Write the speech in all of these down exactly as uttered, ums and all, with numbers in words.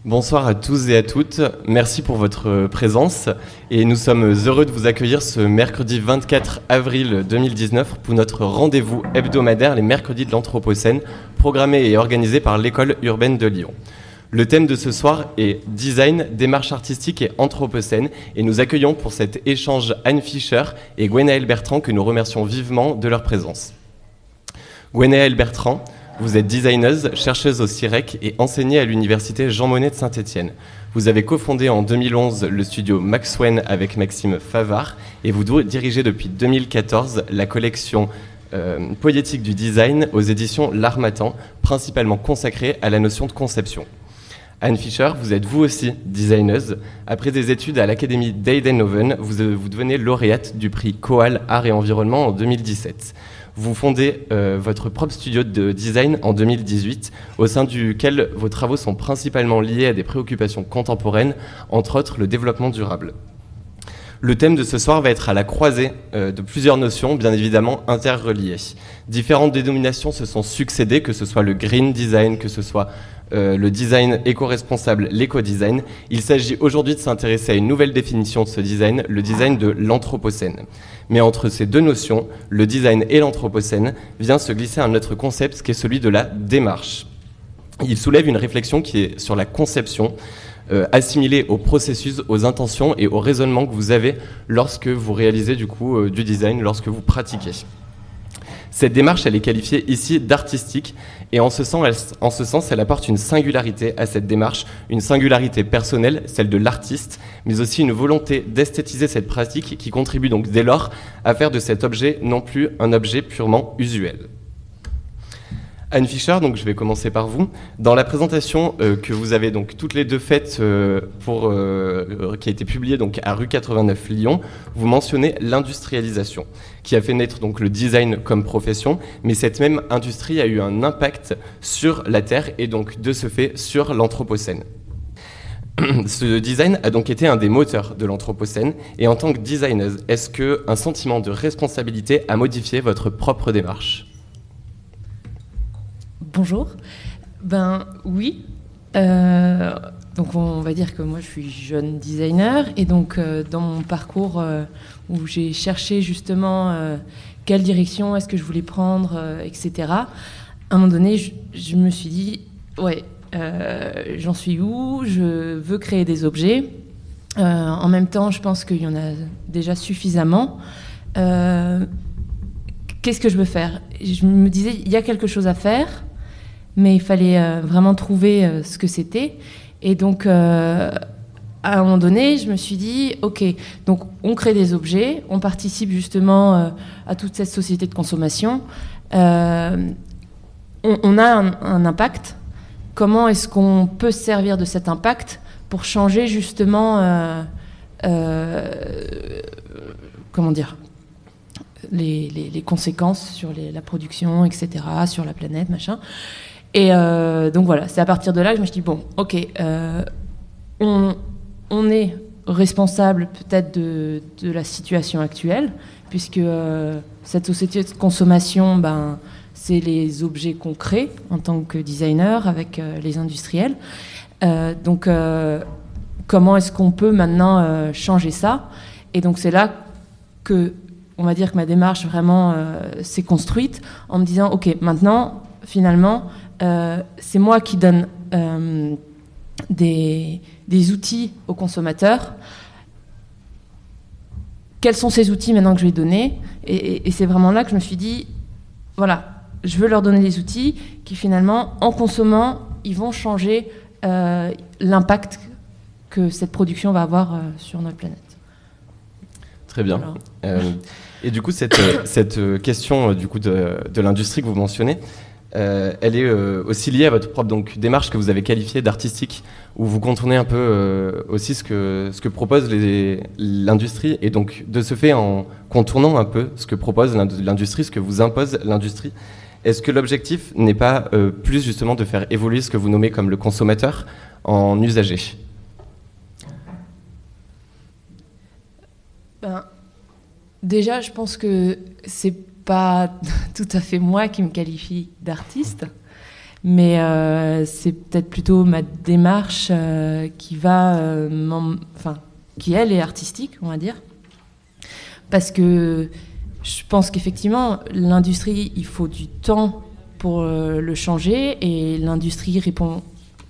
Bonsoir à tous et à toutes, merci pour votre présence et nous sommes heureux de vous accueillir ce mercredi vingt-quatre avril deux mille dix-neuf pour notre rendez-vous hebdomadaire les mercredis de l'Anthropocène, programmé et organisé par l'école urbaine de Lyon. Le thème de ce soir est Design, démarche artistique et Anthropocène et nous accueillons pour cet échange Anne Fischer et Gwenaëlle Bertrand que nous remercions vivement de leur présence. Gwenaëlle Bertrand, vous êtes designeuse, chercheuse au C I R E C et enseignez à l'université Jean Monnet de Saint-Étienne. Vous avez cofondé en deux mille onze le studio Maxwen avec Maxime Favard et vous dirigez depuis deux mille quatorze la collection euh, poétique du design aux éditions L'Harmattan, principalement consacrée à la notion de conception. Anne Fischer, vous êtes vous aussi designeuse. Après des études à l'Académie d'Eindhoven, vous, vous devenez lauréate du prix Coal Art et Environnement en deux mille dix-sept. Vous fondez euh, votre propre studio de design en deux mille dix-huit, au sein duquel vos travaux sont principalement liés à des préoccupations contemporaines, entre autres le développement durable. Le thème de ce soir va être à la croisée euh, de plusieurs notions, bien évidemment interreliées. Différentes dénominations se sont succédées, que ce soit le green design, que ce soit euh, le design éco-responsable, l'éco-design. Il s'agit aujourd'hui de s'intéresser à une nouvelle définition de ce design, le design de l'Anthropocène. Mais entre ces deux notions, le design et l'Anthropocène, vient se glisser un autre concept qui est celui de la démarche. Il soulève une réflexion qui est sur la conception, euh, assimilée au processus, aux intentions et au raisonnement que vous avez lorsque vous réalisez du coup euh, du design, lorsque vous pratiquez. Cette démarche, elle est qualifiée ici d'artistique et en ce sens, elle, en ce sens, elle apporte une singularité à cette démarche, une singularité personnelle, celle de l'artiste, mais aussi une volonté d'esthétiser cette pratique qui contribue donc dès lors à faire de cet objet non plus un objet purement usuel. Anne Fischer, donc je vais commencer par vous. Dans la présentation euh, que vous avez donc toutes les deux faites, euh, pour, euh, qui a été publiée donc à rue quatre-vingt-neuf Lyon, vous mentionnez l'industrialisation, qui a fait naître donc le design comme profession, mais cette même industrie a eu un impact sur la Terre et donc de ce fait sur l'Anthropocène. Ce design a donc été un des moteurs de l'Anthropocène et en tant que designeuse, est-ce qu'un sentiment de responsabilité a modifié votre propre démarche ? Bonjour. Ben oui. Euh, donc on va dire que moi je suis jeune designer et donc euh, dans mon parcours euh, où j'ai cherché justement euh, quelle direction est-ce que je voulais prendre, euh, et cetera. À un moment donné, je, je me suis dit ouais, euh, j'en suis où ? Je veux créer des objets. Euh, en même temps, je pense qu'il y en a déjà suffisamment. Euh, qu'est-ce que je veux faire ? Je me disais il y a quelque chose à faire. Mais il fallait euh, vraiment trouver euh, ce que c'était. Et donc, euh, à un moment donné, je me suis dit, OK, donc on crée des objets, on participe justement euh, à toute cette société de consommation. Euh, on, on a un, un impact. Comment est-ce qu'on peut se servir de cet impact pour changer justement, euh, euh, comment dire, les, les, les conséquences sur les, la production, et cetera, sur la planète, machin. Et euh, donc voilà, c'est à partir de là que je me suis dit, bon, ok, euh, on, on est responsable peut-être de, de la situation actuelle, puisque euh, cette société de consommation, ben, c'est les objets qu'on crée en tant que designer avec euh, les industriels. Euh, donc euh, comment est-ce qu'on peut maintenant euh, changer ça ? Et donc c'est là que, on va dire que ma démarche vraiment euh, s'est construite en me disant, ok, maintenant, finalement, Euh, c'est moi qui donne euh, des, des outils aux consommateurs. Quels sont ces outils maintenant que je vais donner ? Et, et, et c'est vraiment là que je me suis dit, voilà, je veux leur donner des outils qui finalement, en consommant, ils vont changer euh, l'impact que cette production va avoir euh, sur notre planète. Très bien. Voilà. Euh, et du coup, cette, cette question du coup, de, de l'industrie que vous mentionnez, Euh, elle est euh, aussi liée à votre propre donc, démarche que vous avez qualifiée d'artistique, où vous contournez un peu euh, aussi ce que, ce que propose les, l'industrie, et donc de ce fait, en contournant un peu ce que propose l'industrie, ce que vous impose l'industrie, est-ce que l'objectif n'est pas euh, plus justement de faire évoluer ce que vous nommez comme le consommateur en usager ? Ben, déjà, je pense que c'est pas tout à fait moi qui me qualifie d'artiste, Mais euh, c'est peut-être plutôt ma démarche euh, qui va, euh, enfin, qui elle est artistique, on va dire, parce que je pense qu'effectivement l'industrie, il faut du temps pour euh, le changer, et l'industrie répond,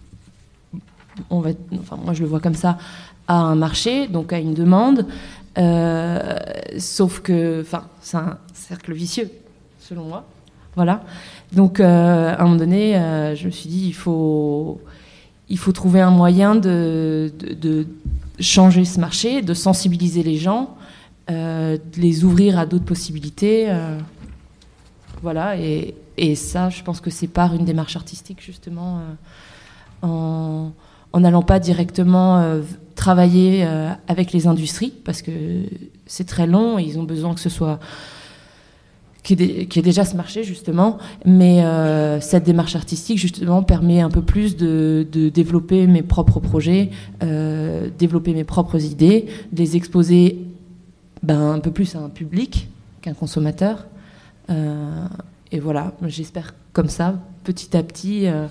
on va, enfin moi je le vois comme ça, à un marché, donc à une demande, euh, sauf que, enfin, c'est un cercle vicieux, selon moi. Voilà. Donc, euh, à un moment donné, euh, je me suis dit, il faut, il faut trouver un moyen de, de, de changer ce marché, de sensibiliser les gens, euh, de les ouvrir à d'autres possibilités. Euh, voilà. Et, et ça, je pense que c'est par une démarche artistique, justement, euh, en en n'allant pas directement euh, travailler euh, avec les industries, parce que c'est très long et ils ont besoin que ce soit... qu'il y ait, qu'il y ait déjà ce marché, justement. Mais euh, cette démarche artistique, justement, permet un peu plus de, de développer mes propres projets, euh, développer mes propres idées, de les exposer ben, un peu plus à un public qu'un consommateur. Euh, et voilà, j'espère comme ça, petit à petit... Euh,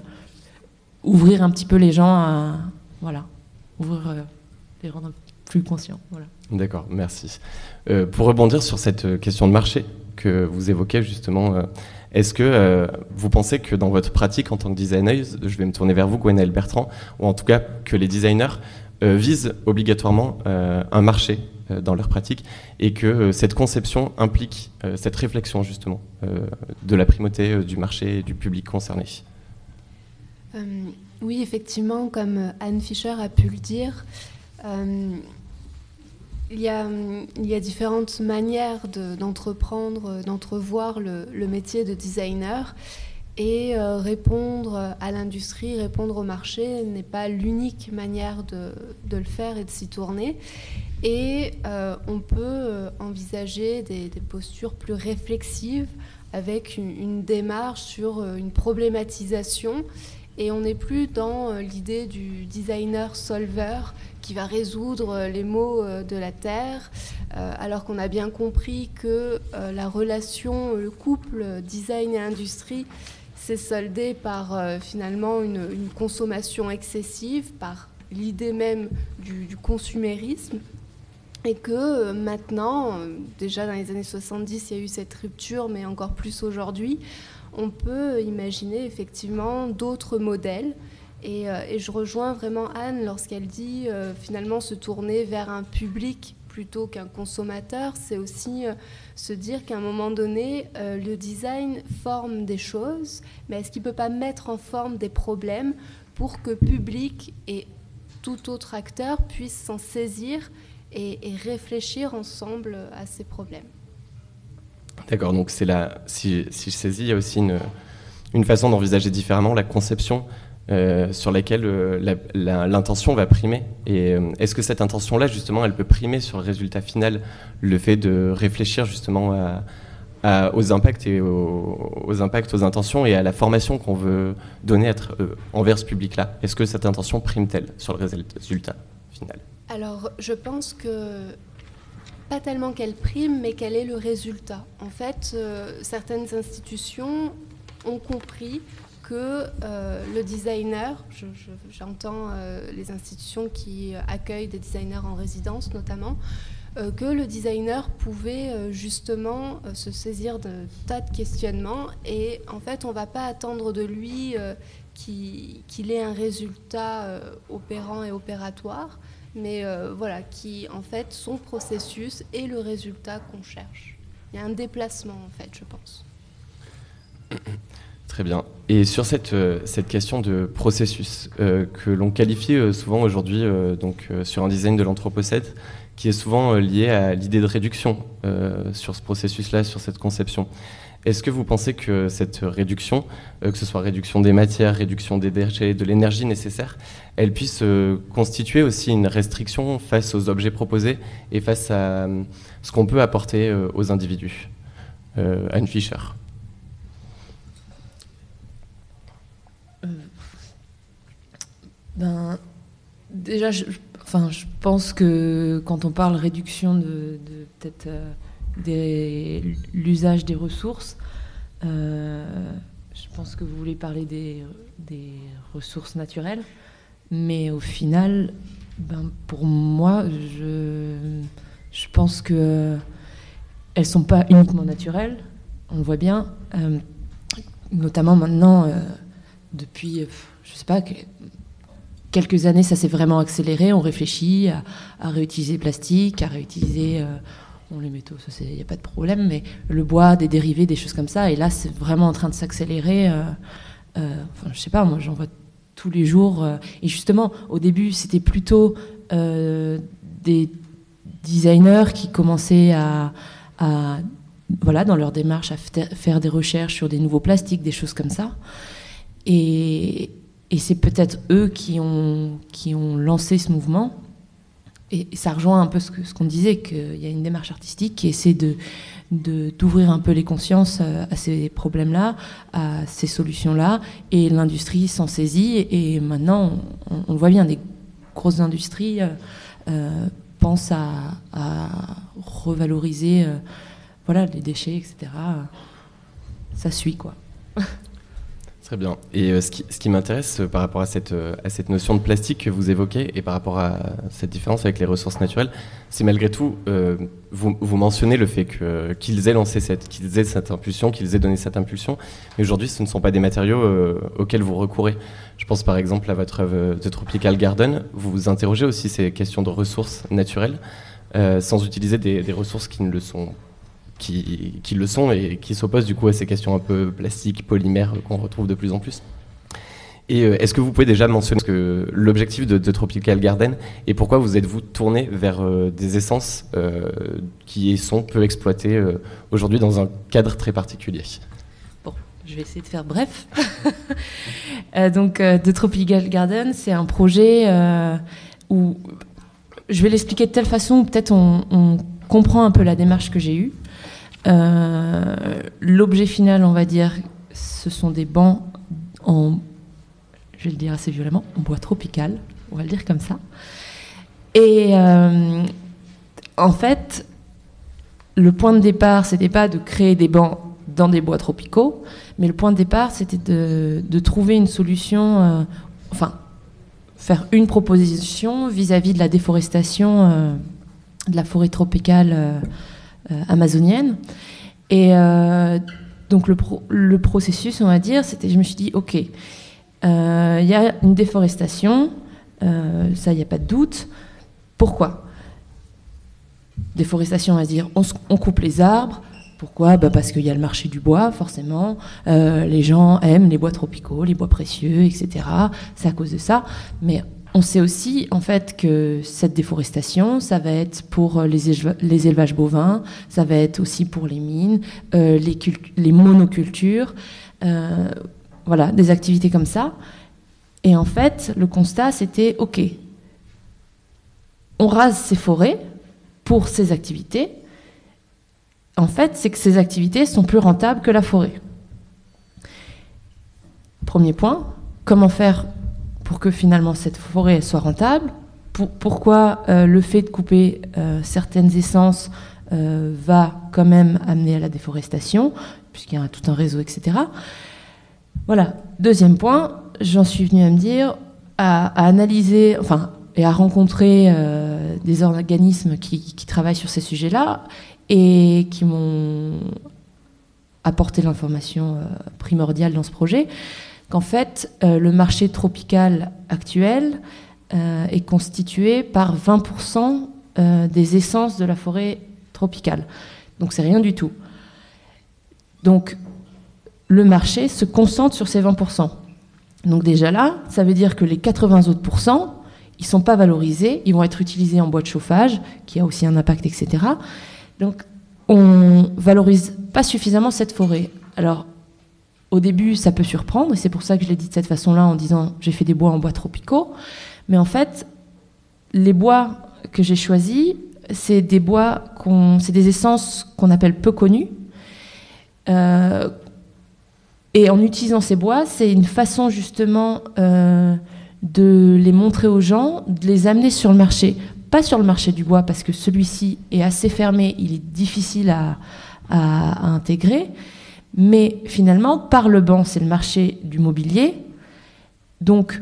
ouvrir un petit peu les gens à, voilà, ouvrir, euh, les rendre plus conscients. Voilà. D'accord, merci. Euh, pour rebondir sur cette question de marché que vous évoquez justement, euh, est-ce que euh, vous pensez que dans votre pratique en tant que designer, je vais me tourner vers vous, Gwenaëlle Bertrand, ou en tout cas que les designers euh, visent obligatoirement euh, un marché euh, dans leur pratique, et que euh, cette conception implique euh, cette réflexion justement euh, de la primauté euh, du marché et du public concerné? Euh, oui, effectivement, comme Anne Fischer a pu le dire, euh, il, y a, il y a différentes manières de, d'entreprendre, d'entrevoir le, le métier de designer, et euh, répondre à l'industrie, répondre au marché n'est pas l'unique manière de, de le faire et de s'y tourner. Et euh, on peut envisager des, des postures plus réflexives avec une, une démarche sur une problématisation. Et on n'est plus dans l'idée du designer solver qui va résoudre les maux de la Terre, euh, alors qu'on a bien compris que euh, la relation, le couple design et industrie s'est soldé par euh, finalement une, une consommation excessive, par l'idée même du, du consumérisme. Et que euh, maintenant, euh, déjà dans les années soixante-dix, il y a eu cette rupture, mais encore plus aujourd'hui, on peut imaginer effectivement d'autres modèles. Et, euh, et je rejoins vraiment Anne lorsqu'elle dit euh, finalement se tourner vers un public plutôt qu'un consommateur. C'est aussi euh, se dire qu'à un moment donné, euh, le design forme des choses, mais est-ce qu'il ne peut pas mettre en forme des problèmes pour que public et tout autre acteur puissent s'en saisir et, et réfléchir ensemble à ces problèmes? D'accord, donc c'est la, si, si je saisis, il y a aussi une, une façon d'envisager différemment la conception euh, sur laquelle euh, la, la, l'intention va primer. Et euh, est-ce que cette intention-là, justement, elle peut primer sur le résultat final, le fait de réfléchir justement à, à, aux impacts et aux, aux impacts, aux intentions et à la formation qu'on veut donner être, euh, envers ce public-là? Est-ce que cette intention prime-t-elle sur le résultat final? Alors, je pense que pas tellement qu'elle prime, mais quel est le résultat. En fait, euh, certaines institutions ont compris que euh, le designer, je, je, j'entends euh, les institutions qui accueillent des designers en résidence notamment, euh, que le designer pouvait euh, justement euh, se saisir de tas de questionnements, et en fait on ne va pas attendre de lui euh, qu'il, qu'il ait un résultat euh, opérant et opératoire, mais euh, voilà, qui en fait son processus est le résultat qu'on cherche. Il y a un déplacement en fait, je pense. Très bien. Et sur cette, euh, cette question de processus euh, que l'on qualifie euh, souvent aujourd'hui euh, donc, euh, sur un design de l'Anthropocène, qui est souvent euh, lié à l'idée de réduction euh, sur ce processus-là, sur cette conception. Est-ce que vous pensez que cette réduction, euh, que ce soit réduction des matières, réduction des déchets, de l'énergie nécessaire, elle puisse euh, constituer aussi une restriction face aux objets proposés et face à euh, ce qu'on peut apporter euh, aux individus? euh, Anne Fischer. Euh, ben, déjà, je, enfin, je pense que quand on parle réduction de, de peut-être euh, des, l'usage des ressources, euh, je pense que vous voulez parler des, des ressources naturelles, mais au final, ben, pour moi, je, je pense que elles sont pas uniquement naturelles, on le voit bien, euh, notamment maintenant, euh, depuis, je sais pas, quelques années, ça s'est vraiment accéléré, on réfléchit à, à réutiliser le plastique, à réutiliser... Euh, Bon, les métaux, ça, il n'y a pas de problème, mais le bois, des dérivés, des choses comme ça, et là, c'est vraiment en train de s'accélérer. Euh, euh, enfin, je sais pas, moi, j'en vois tous les jours. Euh, et justement, au début, c'était plutôt euh, des designers qui commençaient à, à, voilà, dans leur démarche, à f- faire des recherches sur des nouveaux plastiques, des choses comme ça. Et, et c'est peut-être eux qui ont, qui ont lancé ce mouvement. Et ça rejoint un peu ce, que, ce qu'on disait, qu'il y a une démarche artistique qui essaie de, de, d'ouvrir un peu les consciences à ces problèmes-là, à ces solutions-là, et l'industrie s'en saisit. Et maintenant, on, on le voit bien, des grosses industries euh, euh, pensent à, à revaloriser euh, voilà, les déchets, et cetera. Ça suit, quoi. Très bien. Et euh, ce qui, ce qui m'intéresse euh, par rapport à cette, euh, à cette notion de plastique que vous évoquez et par rapport à cette différence avec les ressources naturelles, c'est malgré tout, euh, vous, vous mentionnez le fait que, qu'ils aient lancé cette, qu'ils aient cette impulsion, qu'ils aient donné cette impulsion, mais aujourd'hui ce ne sont pas des matériaux euh, auxquels vous recourez. Je pense par exemple à votre œuvre The Tropical Garden, vous vous interrogez aussi ces questions de ressources naturelles, euh, sans utiliser des, des ressources qui ne le sont pas. Qui, qui le sont et qui s'opposent du coup à ces questions un peu plastiques, polymères qu'on retrouve de plus en plus. Et euh, est-ce que vous pouvez déjà mentionner que l'objectif de, de Tropical Garden et pourquoi vous êtes-vous tourné vers euh, des essences euh, qui sont peu exploitées euh, aujourd'hui dans un cadre très particulier? Bon, je vais essayer de faire bref. euh, donc, euh, The Tropical Garden, c'est un projet euh, où je vais l'expliquer de telle façon où peut-être on, on comprend un peu la démarche que j'ai eue. Euh, l'objet final, on va dire, ce sont des bancs en, je vais le dire assez violemment, en bois tropical, on va le dire comme ça. Et euh, en fait, le point de départ, c'était pas de créer des bancs dans des bois tropicaux, mais le point de départ, c'était de, de trouver une solution, euh, enfin, faire une proposition vis-à-vis de la déforestation euh, de la forêt tropicale euh, Euh, amazonienne. Et euh, donc le, pro- le processus, on va dire, c'était, je me suis dit, ok, il euh, y a une déforestation, euh, ça, il n'y a pas de doute. Pourquoi? Déforestation, on va dire, on, on coupe les arbres. Pourquoi? Bah parce qu'il y a le marché du bois, forcément. Euh, les gens aiment les bois tropicaux, les bois précieux, et cetera. C'est à cause de ça. Mais on sait aussi, en fait, que cette déforestation, ça va être pour les, éleva- les élevages bovins, ça va être aussi pour les mines, euh, les, cult- les monocultures, euh, voilà, des activités comme ça. Et en fait, le constat, c'était, OK, on rase ces forêts pour ces activités. En fait, c'est que ces activités sont plus rentables que la forêt. Premier point, comment faire pour que finalement cette forêt soit rentable? Pour, Pourquoi euh, le fait de couper euh, certaines essences euh, va quand même amener à la déforestation, puisqu'il y a tout un réseau, et cetera. Voilà. Deuxième point, j'en suis venue à me dire, à, à analyser, enfin, et à rencontrer euh, des organismes qui, qui travaillent sur ces sujets-là et qui m'ont apporté l'information euh, primordiale dans ce projet, qu'en fait, euh, le marché tropical actuel euh, est constitué par vingt pour cent euh, des essences de la forêt tropicale. Donc, c'est rien du tout. Donc, le marché se concentre sur ces vingt pour cent. Donc, déjà là, ça veut dire que les quatre-vingts autres pourcents, ils ne sont pas valorisés, ils vont être utilisés en bois de chauffage, qui a aussi un impact, et cetera. Donc, on ne valorise pas suffisamment cette forêt. Alors, au début, ça peut surprendre, et c'est pour ça que je l'ai dit de cette façon-là, en disant j'ai fait des bois en bois tropicaux. Mais en fait, les bois que j'ai choisis, c'est des bois, qu'on, c'est des essences qu'on appelle peu connues. Euh, et en utilisant ces bois, c'est une façon justement euh, de les montrer aux gens, de les amener sur le marché. Pas sur le marché du bois, parce que celui-ci est assez fermé, il est difficile à, à, à intégrer. Mais finalement, par le banc, c'est le marché du mobilier. Donc,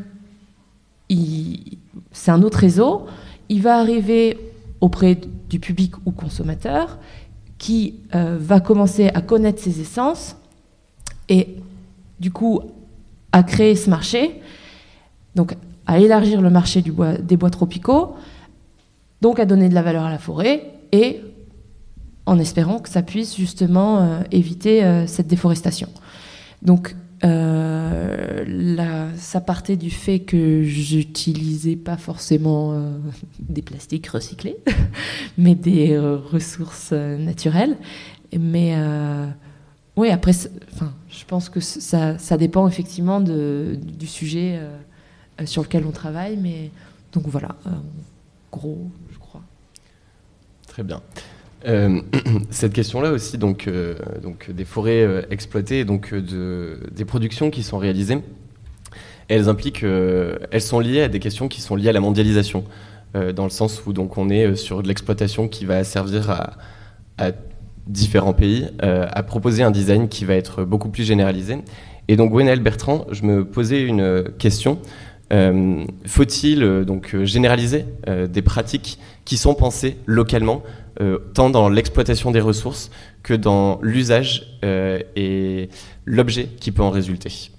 il, c'est un autre réseau. Il va arriver auprès du public ou consommateur qui euh, va commencer à connaître ses essences et du coup à créer ce marché, donc à élargir le marché du bois, des bois tropicaux, donc à donner de la valeur à la forêt et en espérant que ça puisse justement euh, éviter euh, cette déforestation. Donc euh, là, ça partait du fait que j'utilisais pas forcément euh, des plastiques recyclés, mais des euh, ressources euh, naturelles. Mais euh, oui, après, enfin, je pense que ça, ça dépend effectivement de, du sujet euh, sur lequel on travaille. Mais donc voilà, euh, gros, je crois. Très bien. Euh, cette question-là aussi, donc, euh, donc des forêts euh, exploitées, donc euh, de, des productions qui sont réalisées, elles impliquent, euh, elles sont liées à des questions qui sont liées à la mondialisation, euh, dans le sens où donc on est sur de l'exploitation qui va servir à, à différents pays, euh, à proposer un design qui va être beaucoup plus généralisé. Et donc Gwenaëlle Bertrand, je me posais une question. Euh, faut-il euh, donc généraliser euh, des pratiques qui sont pensées localement, euh, tant dans l'exploitation des ressources que dans l'usage euh, et l'objet qui peut en résulter?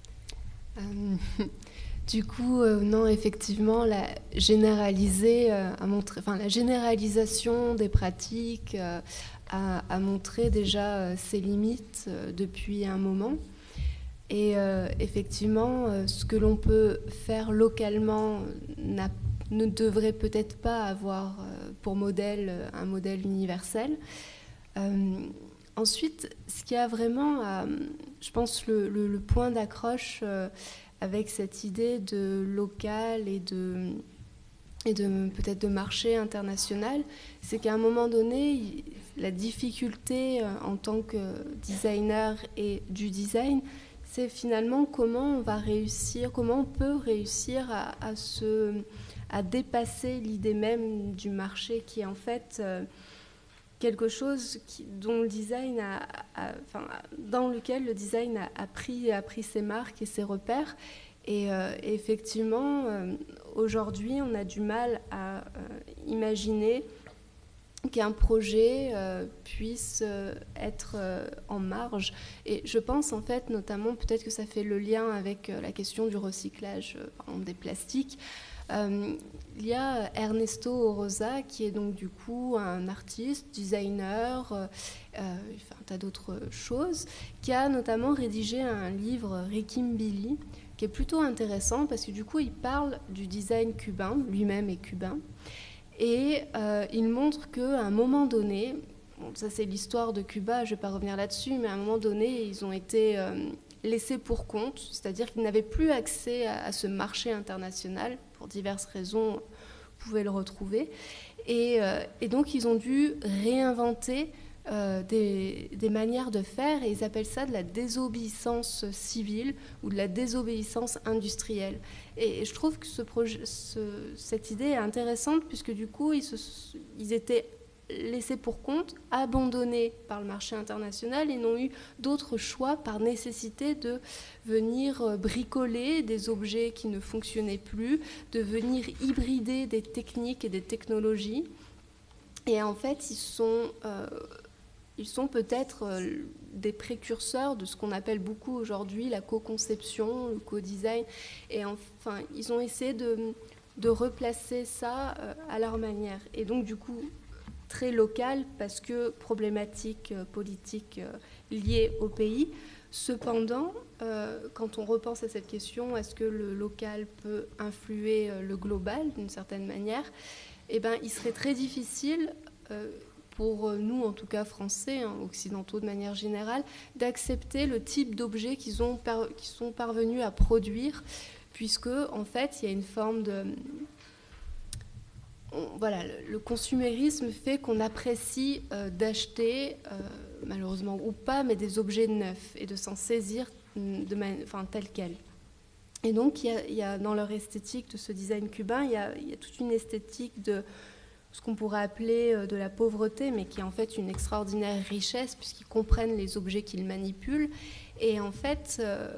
euh, Du coup, euh, non, effectivement, la, généraliser, euh, a montré, enfin, la généralisation des pratiques euh, a, a montré déjà euh, ses limites euh, depuis un moment. Et euh, effectivement, euh, ce que l'on peut faire localement n'a, ne devrait peut-être pas avoir euh, pour modèle euh, un modèle universel. Euh, ensuite, ce qui a vraiment, euh, je pense, le, le, le point d'accroche euh, avec cette idée de local et de, et de peut-être de marché international, c'est qu'à un moment donné, la difficulté euh, en tant que designer et du design, c'est finalement comment on va réussir, comment on peut réussir à, à, se, à dépasser l'idée même du marché qui est en fait euh, quelque chose qui, dont le design a, a, enfin, dans lequel le design a, a, pris, a pris ses marques et ses repères. Et euh, effectivement, euh, aujourd'hui, on a du mal à euh, imaginer qu'un projet euh, puisse euh, être euh, en marge. Et je pense en fait, notamment, peut-être que ça fait le lien avec euh, la question du recyclage euh, par exemple, des plastiques. Euh, il y a Ernesto Rosa, qui est donc du coup un artiste, designer, euh, euh, enfin, un tas d'autres choses, qui a notamment rédigé un livre, Riquimbili, qui est plutôt intéressant parce que du coup, il parle du design cubain, lui-même est cubain. Et euh, il montre qu'à un moment donné, bon, ça c'est l'histoire de Cuba, je ne vais pas revenir là-dessus, mais à un moment donné, ils ont été euh, laissés pour compte, c'est-à-dire qu'ils n'avaient plus accès à, à ce marché international, pour diverses raisons, vous pouvez le retrouver. Et, euh, et donc ils ont dû réinventer euh, des, des manières de faire, et ils appellent ça de la désobéissance civile ou de la désobéissance industrielle. Et je trouve que ce projet, ce, cette idée est intéressante puisque du coup, ils, se, ils étaient laissés pour compte, abandonnés par le marché international et n'ont eu d'autres choix par nécessité de venir bricoler des objets qui ne fonctionnaient plus, de venir hybrider des techniques et des technologies. Et en fait, ils sont... Euh, Ils sont peut-être des précurseurs de ce qu'on appelle beaucoup aujourd'hui la co-conception, le co-design. Et enfin, ils ont essayé de, de replacer ça à leur manière. Et donc, du coup, très local, parce que problématique politique liée au pays. Cependant, euh, quand on repense à cette question, est-ce que le local peut influer le global d'une certaine manière ? Eh ben, il serait très difficile... Euh, pour nous, en tout cas français, hein, occidentaux de manière générale, d'accepter le type d'objets qu'ils ont par, qu'ils sont parvenus à produire, puisque, en fait, il y a une forme de... On, voilà, le, le consumérisme fait qu'on apprécie euh, d'acheter, euh, malheureusement ou pas, mais des objets neufs, et de s'en saisir de man... enfin, tel quel. Et donc, il y a, il y a, dans leur esthétique de ce design cubain, il y a, il y a toute une esthétique de... ce qu'on pourrait appeler de la pauvreté, mais qui est en fait une extraordinaire richesse, puisqu'ils comprennent les objets qu'ils manipulent. Et en fait, euh,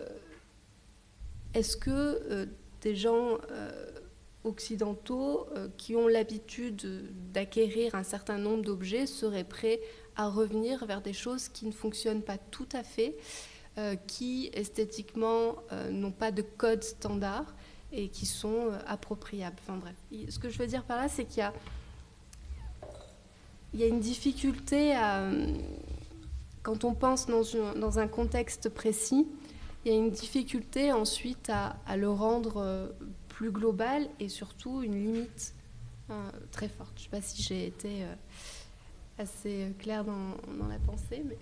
est-ce que euh, des gens euh, occidentaux euh, qui ont l'habitude d'acquérir un certain nombre d'objets seraient prêts à revenir vers des choses qui ne fonctionnent pas tout à fait, euh, qui esthétiquement euh, n'ont pas de code standard et qui sont euh, appropriables. Enfin bref, ce que je veux dire par là, c'est qu'il y a, il y a une difficulté à, quand on pense dans, une, dans un contexte précis, il y a une difficulté ensuite à, à le rendre euh, plus global et surtout une limite euh, très forte. Je ne sais pas si j'ai été euh, assez claire dans, dans la pensée, mais...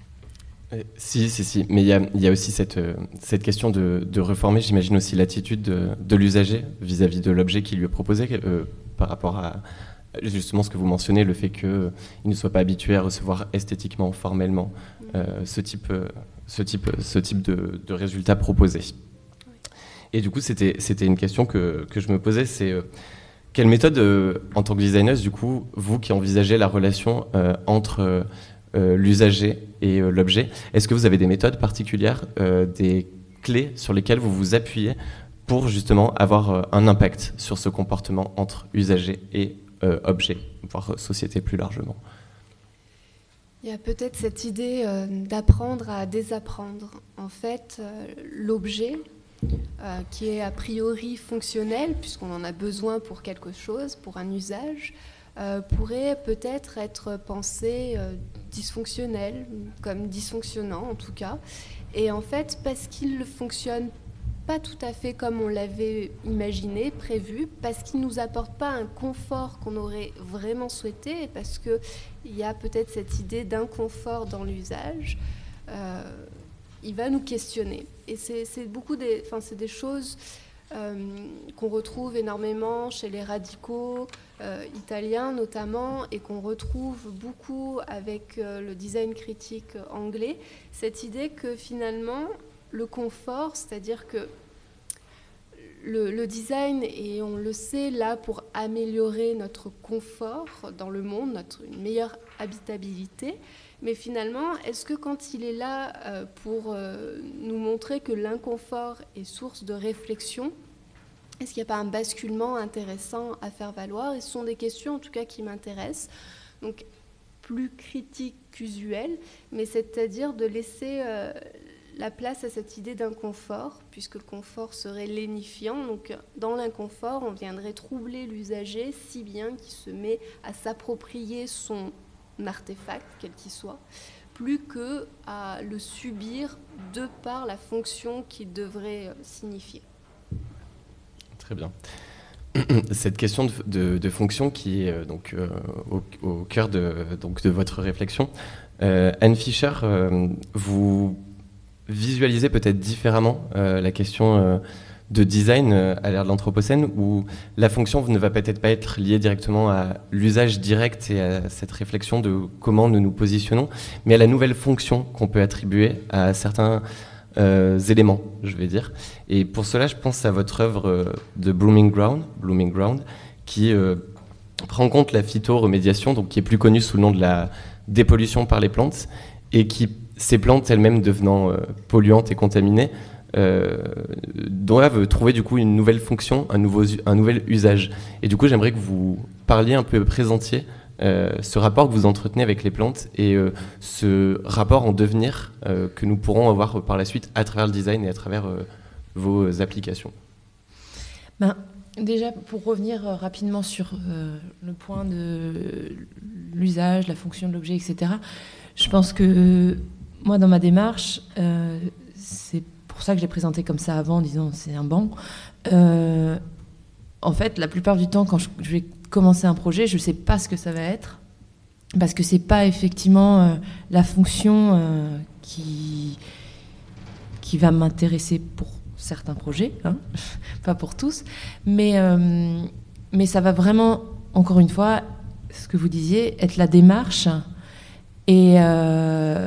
Si, si, si. Mais il y a, il y a aussi cette, cette question de, de reformer, j'imagine aussi l'attitude de, de l'usager vis-à-vis de l'objet qui lui est proposé, euh, par rapport à justement ce que vous mentionnez, le fait qu'il ne soit pas habitué à recevoir esthétiquement, formellement, euh, ce type, ce type, ce type de, de résultats proposés. Et du coup, c'était, c'était une question que, que je me posais, c'est euh, quelle méthode, euh, en tant que designeuse, du coup, vous qui envisagez la relation euh, entre euh, l'usager et euh, l'objet, est-ce que vous avez des méthodes particulières, euh, des clés sur lesquelles vous vous appuyez pour justement avoir euh, un impact sur ce comportement entre usager et euh, objet, voire société plus largement? Il y a peut-être cette idée euh, d'apprendre à désapprendre. En fait, euh, l'objet... Euh, qui est a priori fonctionnel, puisqu'on en a besoin pour quelque chose, pour un usage, euh, pourrait peut-être être pensé euh, dysfonctionnel, comme dysfonctionnant en tout cas. Et en fait, parce qu'il ne fonctionne pas tout à fait comme on l'avait imaginé, prévu, parce qu'il ne nous apporte pas un confort qu'on aurait vraiment souhaité, et parce qu'il y a peut-être cette idée d'inconfort dans l'usage, euh, il va nous questionner. Et c'est, c'est beaucoup des, enfin, c'est des choses euh, qu'on retrouve énormément chez les radicaux euh, italiens notamment, et qu'on retrouve beaucoup avec euh, le design critique anglais, cette idée que finalement le confort, c'est-à-dire que le, le design, et on le sait, là pour améliorer notre confort dans le monde, notre, une meilleure habitabilité. Mais finalement, est-ce que quand il est là euh, pour euh, nous montrer que l'inconfort est source de réflexion, est-ce qu'il n'y a pas un basculement intéressant à faire valoir? Et ce sont des questions en tout cas qui m'intéressent, donc plus critiques qu'usuelles, mais c'est-à-dire de laisser euh, la place à cette idée d'inconfort, puisque le confort serait lénifiant. Donc dans l'inconfort, on viendrait troubler l'usager si bien qu'il se met à s'approprier son artefact, quel qu'il soit, plus que à le subir de par la fonction qu'il devrait signifier. Très bien. Cette question de, de, de fonction qui est donc euh, au, au cœur de, donc, de votre réflexion, euh, Anne Fischer, euh, vous visualisez peut-être différemment euh, la question euh, de design euh, à l'ère de l'Anthropocène, où la fonction ne va peut-être pas être liée directement à l'usage direct et à cette réflexion de comment nous nous positionnons, mais à la nouvelle fonction qu'on peut attribuer à certains euh, éléments, je vais dire. Et pour cela, je pense à votre œuvre euh, de Blooming Ground, Blooming Ground, qui euh, prend en compte la phytoremédiation, donc qui est plus connue sous le nom de la dépollution par les plantes, et qui, ces plantes elles-mêmes devenant euh, polluantes et contaminées, Euh, doivent trouver du coup une nouvelle fonction, un, nouveau, un nouvel usage. Et du coup, j'aimerais que vous parliez un peu, présentiez euh, ce rapport que vous entretenez avec les plantes et euh, ce rapport en devenir euh, que nous pourrons avoir par la suite à travers le design et à travers euh, vos applications. Ben, déjà, pour revenir rapidement sur euh, le point de l'usage, la fonction de l'objet, et cetera, je pense que moi, dans ma démarche, euh, c'est pour ça que je l'ai présenté comme ça avant, en disant c'est un banc. Euh, en fait, la plupart du temps, quand je, je vais commencer un projet, je ne sais pas ce que ça va être, parce que ce n'est pas effectivement euh, la fonction euh, qui, qui va m'intéresser pour certains projets, hein, pas pour tous, mais, euh, mais ça va vraiment, encore une fois, ce que vous disiez, être la démarche et... Euh,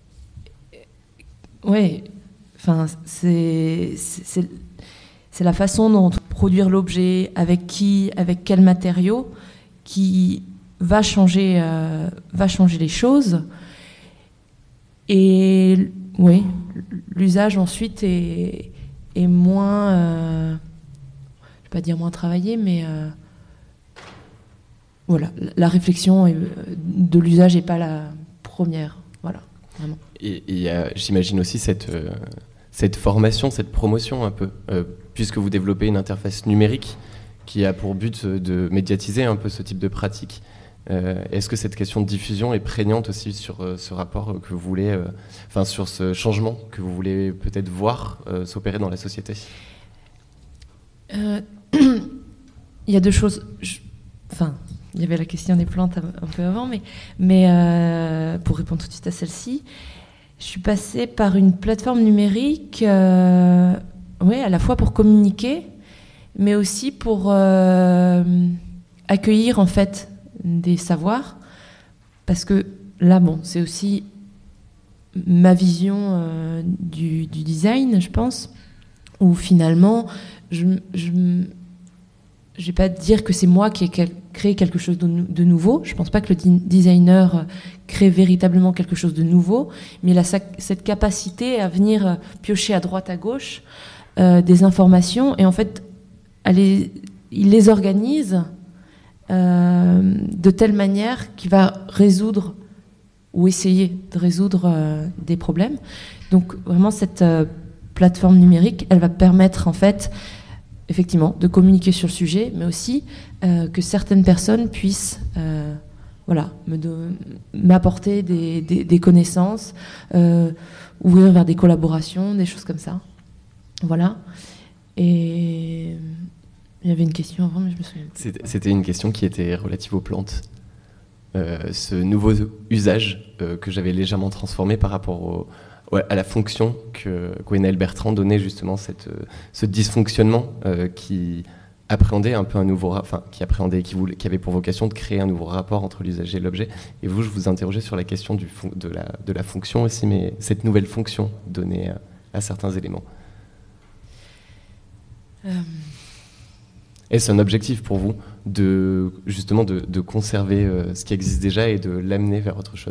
ouais, Enfin, c'est, c'est, c'est la façon dont produire l'objet, avec qui, avec quels matériaux, qui va changer, euh, va changer les choses. Et oui, l'usage ensuite est, est moins, euh, je ne vais pas dire moins travaillé, mais euh, voilà, la réflexion de l'usage n'est pas la première. Voilà, vraiment. Et il y a, j'imagine aussi cette, euh, cette formation, cette promotion un peu, euh, puisque vous développez une interface numérique qui a pour but de médiatiser un peu ce type de pratique. Euh, est-ce que cette question de diffusion est prégnante aussi sur euh, ce rapport que vous voulez, euh, enfin sur ce changement que vous voulez peut-être voir euh, s'opérer dans la société ? euh, Il y a deux choses. Je, enfin, il y avait la question des plantes un peu avant, mais, mais euh, pour répondre tout de suite à celle-ci, je suis passée par une plateforme numérique, euh, oui, à la fois pour communiquer, mais aussi pour euh, accueillir en fait des savoirs, parce que là, bon, c'est aussi ma vision euh, du, du design, je pense, où finalement, je ne vais pas dire que c'est moi qui ai quel, créé quelque chose de, de nouveau. Je ne pense pas que le designer crée véritablement quelque chose de nouveau, mais il a sa, cette capacité à venir piocher à droite, à gauche euh, des informations, et en fait, les, il les organise Euh, de telle manière qu'il va résoudre ou essayer de résoudre euh, des problèmes. Donc vraiment cette euh, plateforme numérique, elle va permettre en fait effectivement de communiquer sur le sujet, mais aussi euh, que certaines personnes puissent euh, voilà, me de, m'apporter des, des, des connaissances, euh, ouvrir vers des collaborations, des choses comme ça. Voilà. Et il y avait une question avant, mais je me souviens plus. C'était, c'était une question qui était relative aux plantes. Euh, ce nouveau usage euh, que j'avais légèrement transformé par rapport au, ouais, à la fonction que Gwenaëlle Bertrand donnait justement, cette, euh, ce dysfonctionnement euh, qui appréhendait un peu un nouveau, enfin qui appréhendait, qui, voulait, qui avait pour vocation de créer un nouveau rapport entre l'usager et l'objet. Et vous, je vous interrogeais sur la question du fon- de, la, de la fonction aussi, mais cette nouvelle fonction donnée à, à certains éléments. Euh... Est-ce un objectif pour vous de justement de, de conserver euh, ce qui existe déjà et de l'amener vers autre chose ?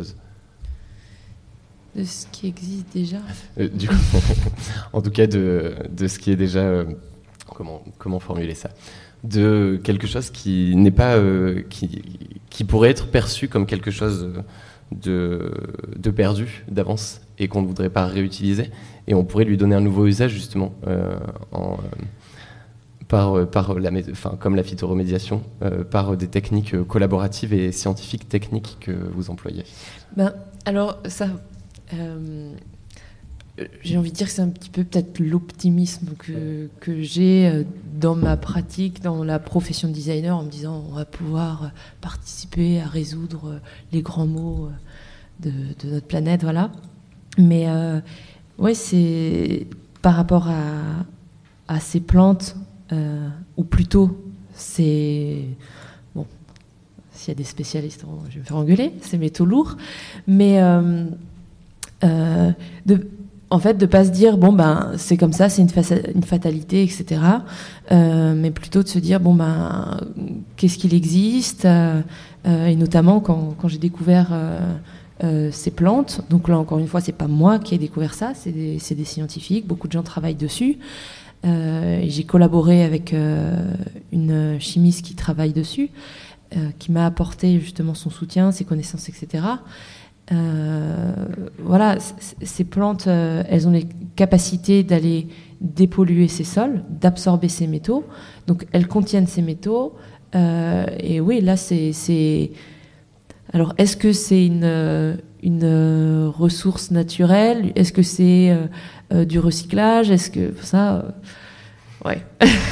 De ce qui existe déjà euh, du coup, en tout cas de, de ce qui est déjà euh, comment comment formuler ça, de quelque chose qui n'est pas euh, qui qui pourrait être perçu comme quelque chose de de perdu d'avance et qu'on ne voudrait pas réutiliser, et on pourrait lui donner un nouveau usage justement euh, en euh, Par, par la, enfin, comme la phytoremédiation, euh, par des techniques collaboratives et scientifiques techniques que vous employez. Ben, alors, ça, euh, j'ai envie de dire que c'est un petit peu peut-être l'optimisme que, que j'ai dans ma pratique, dans la profession de designer, en me disant on va pouvoir participer à résoudre les grands maux de, de notre planète, voilà. Mais euh, ouais, c'est par rapport à, à ces plantes. Euh, ou plutôt, c'est... Bon, s'il y a des spécialistes, je vais me faire engueuler, c'est métaux lourds. Mais, euh, euh, de, en fait, de ne pas se dire, bon, ben, c'est comme ça, c'est une, fa- une fatalité, et cetera. Euh, mais plutôt de se dire, bon, ben, qu'est-ce qu'il existe euh, euh, et notamment, quand, quand j'ai découvert euh, euh, ces plantes, donc là, encore une fois, ce n'est pas moi qui ai découvert ça, c'est des, c'est des scientifiques, beaucoup de gens travaillent dessus. Euh, j'ai collaboré avec euh, une chimiste qui travaille dessus, euh, qui m'a apporté justement son soutien, ses connaissances, et cetera. Euh, voilà, c- ces plantes, euh, elles ont les capacités d'aller dépolluer ces sols, d'absorber ces métaux. Donc elles contiennent ces métaux. Euh, et oui, là, c'est, c'est... Alors, est-ce que c'est une, une ressource naturelle ? Est-ce que c'est euh, euh, du recyclage ? Est-ce que ça, euh, ouais,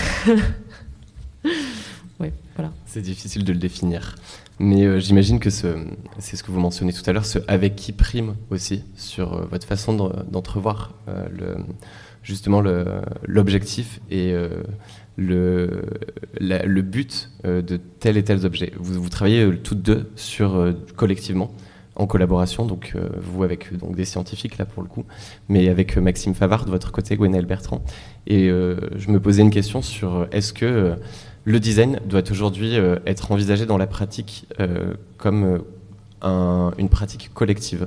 ouais, voilà. C'est difficile de le définir, mais euh, j'imagine que ce, c'est ce que vous mentionnez tout à l'heure, ce avec qui prime aussi sur euh, votre façon de, d'entrevoir euh, le, justement le, l'objectif et euh, le, la, le but euh, de tel et tel objet. Vous, vous travaillez euh, toutes deux sur euh, collectivement, en collaboration, donc euh, vous avec donc des scientifiques là pour le coup, mais avec euh, Maxime Favard de votre côté, Gwenaëlle Bertrand. Et euh, je me posais une question sur est-ce que le design doit aujourd'hui euh, être envisagé dans la pratique euh, comme euh, un, une pratique collective.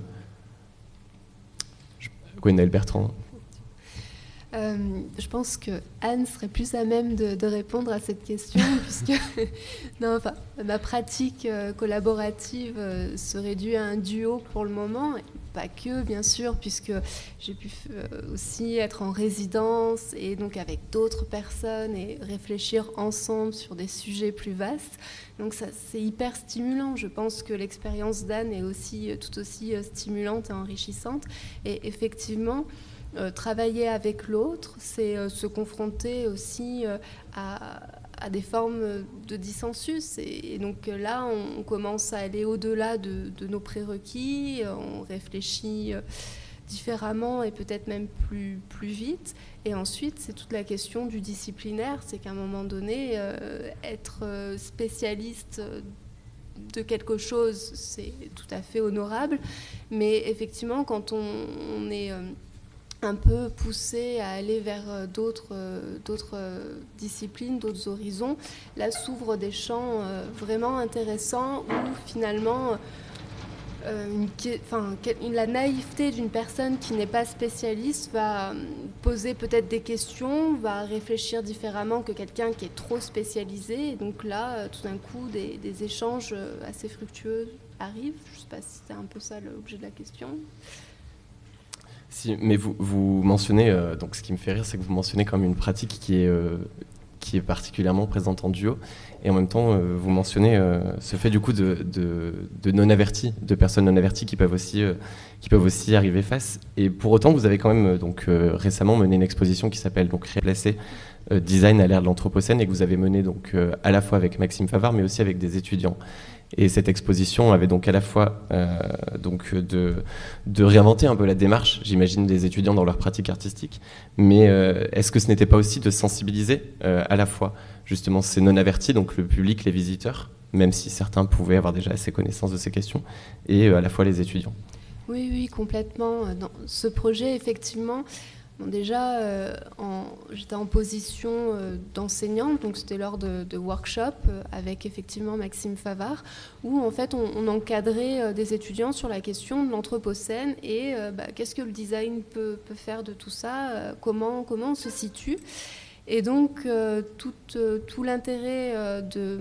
Gwenaëlle Bertrand. Euh, je pense que Anne serait plus à même de, de répondre à cette question, puisque non, enfin, ma pratique euh, collaborative euh, se réduit à un duo pour le moment, et pas que, bien sûr, puisque j'ai pu euh, aussi être en résidence et donc avec d'autres personnes et réfléchir ensemble sur des sujets plus vastes. Donc ça, c'est hyper stimulant. Je pense que l'expérience d'Anne est aussi tout aussi stimulante et enrichissante. Et effectivement, Euh, travailler avec l'autre, c'est euh, se confronter aussi euh, à, à des formes de dissensus. Et, et donc euh, là, on, on commence à aller au-delà de, de nos prérequis, on réfléchit euh, différemment et peut-être même plus, plus vite. Et ensuite, c'est toute la question du disciplinaire. C'est qu'à un moment donné, euh, être spécialiste de quelque chose, c'est tout à fait honorable. Mais effectivement, quand on, on est... Euh, un peu poussé à aller vers d'autres, d'autres disciplines, d'autres horizons. Là s'ouvrent des champs vraiment intéressants où finalement euh, une, enfin, la naïveté d'une personne qui n'est pas spécialiste va poser peut-être des questions, va réfléchir différemment que quelqu'un qui est trop spécialisé. Et donc là, tout d'un coup, des, des échanges assez fructueux arrivent. Je ne sais pas si c'est un peu ça l'objet de la question. Si, mais vous, vous mentionnez, euh, donc ce qui me fait rire, c'est que vous mentionnez comme une pratique qui est, euh, qui est particulièrement présente en duo, et en même temps, euh, vous mentionnez euh, ce fait du coup de, de, de non-avertis, de personnes non-averties qui peuvent aussi, euh, qui peuvent aussi arriver face. Et pour autant, vous avez quand même donc euh, récemment mené une exposition qui s'appelle donc Replacer euh, Design à l'ère de l'Anthropocène, et que vous avez menée donc euh, à la fois avec Maxime Favard, mais aussi avec des étudiants. Et cette exposition avait donc à la fois euh, donc de, de réinventer un peu la démarche, j'imagine, des étudiants dans leur pratique artistique, mais euh, est-ce que ce n'était pas aussi de sensibiliser euh, à la fois justement ces non-avertis, donc le public, les visiteurs, même si certains pouvaient avoir déjà assez connaissance de ces questions, et euh, à la fois les étudiants? Oui, oui, complètement. Dans ce projet, effectivement, bon, déjà, euh, en, j'étais en position euh, d'enseignante, donc c'était lors de, de workshops euh, avec effectivement Maxime Favard, où en fait on, on encadrait euh, des étudiants sur la question de l'Anthropocène et euh, bah, qu'est-ce que le design peut, peut faire de tout ça, euh, comment, comment on se situe. Et donc euh, tout, euh, tout l'intérêt euh, de...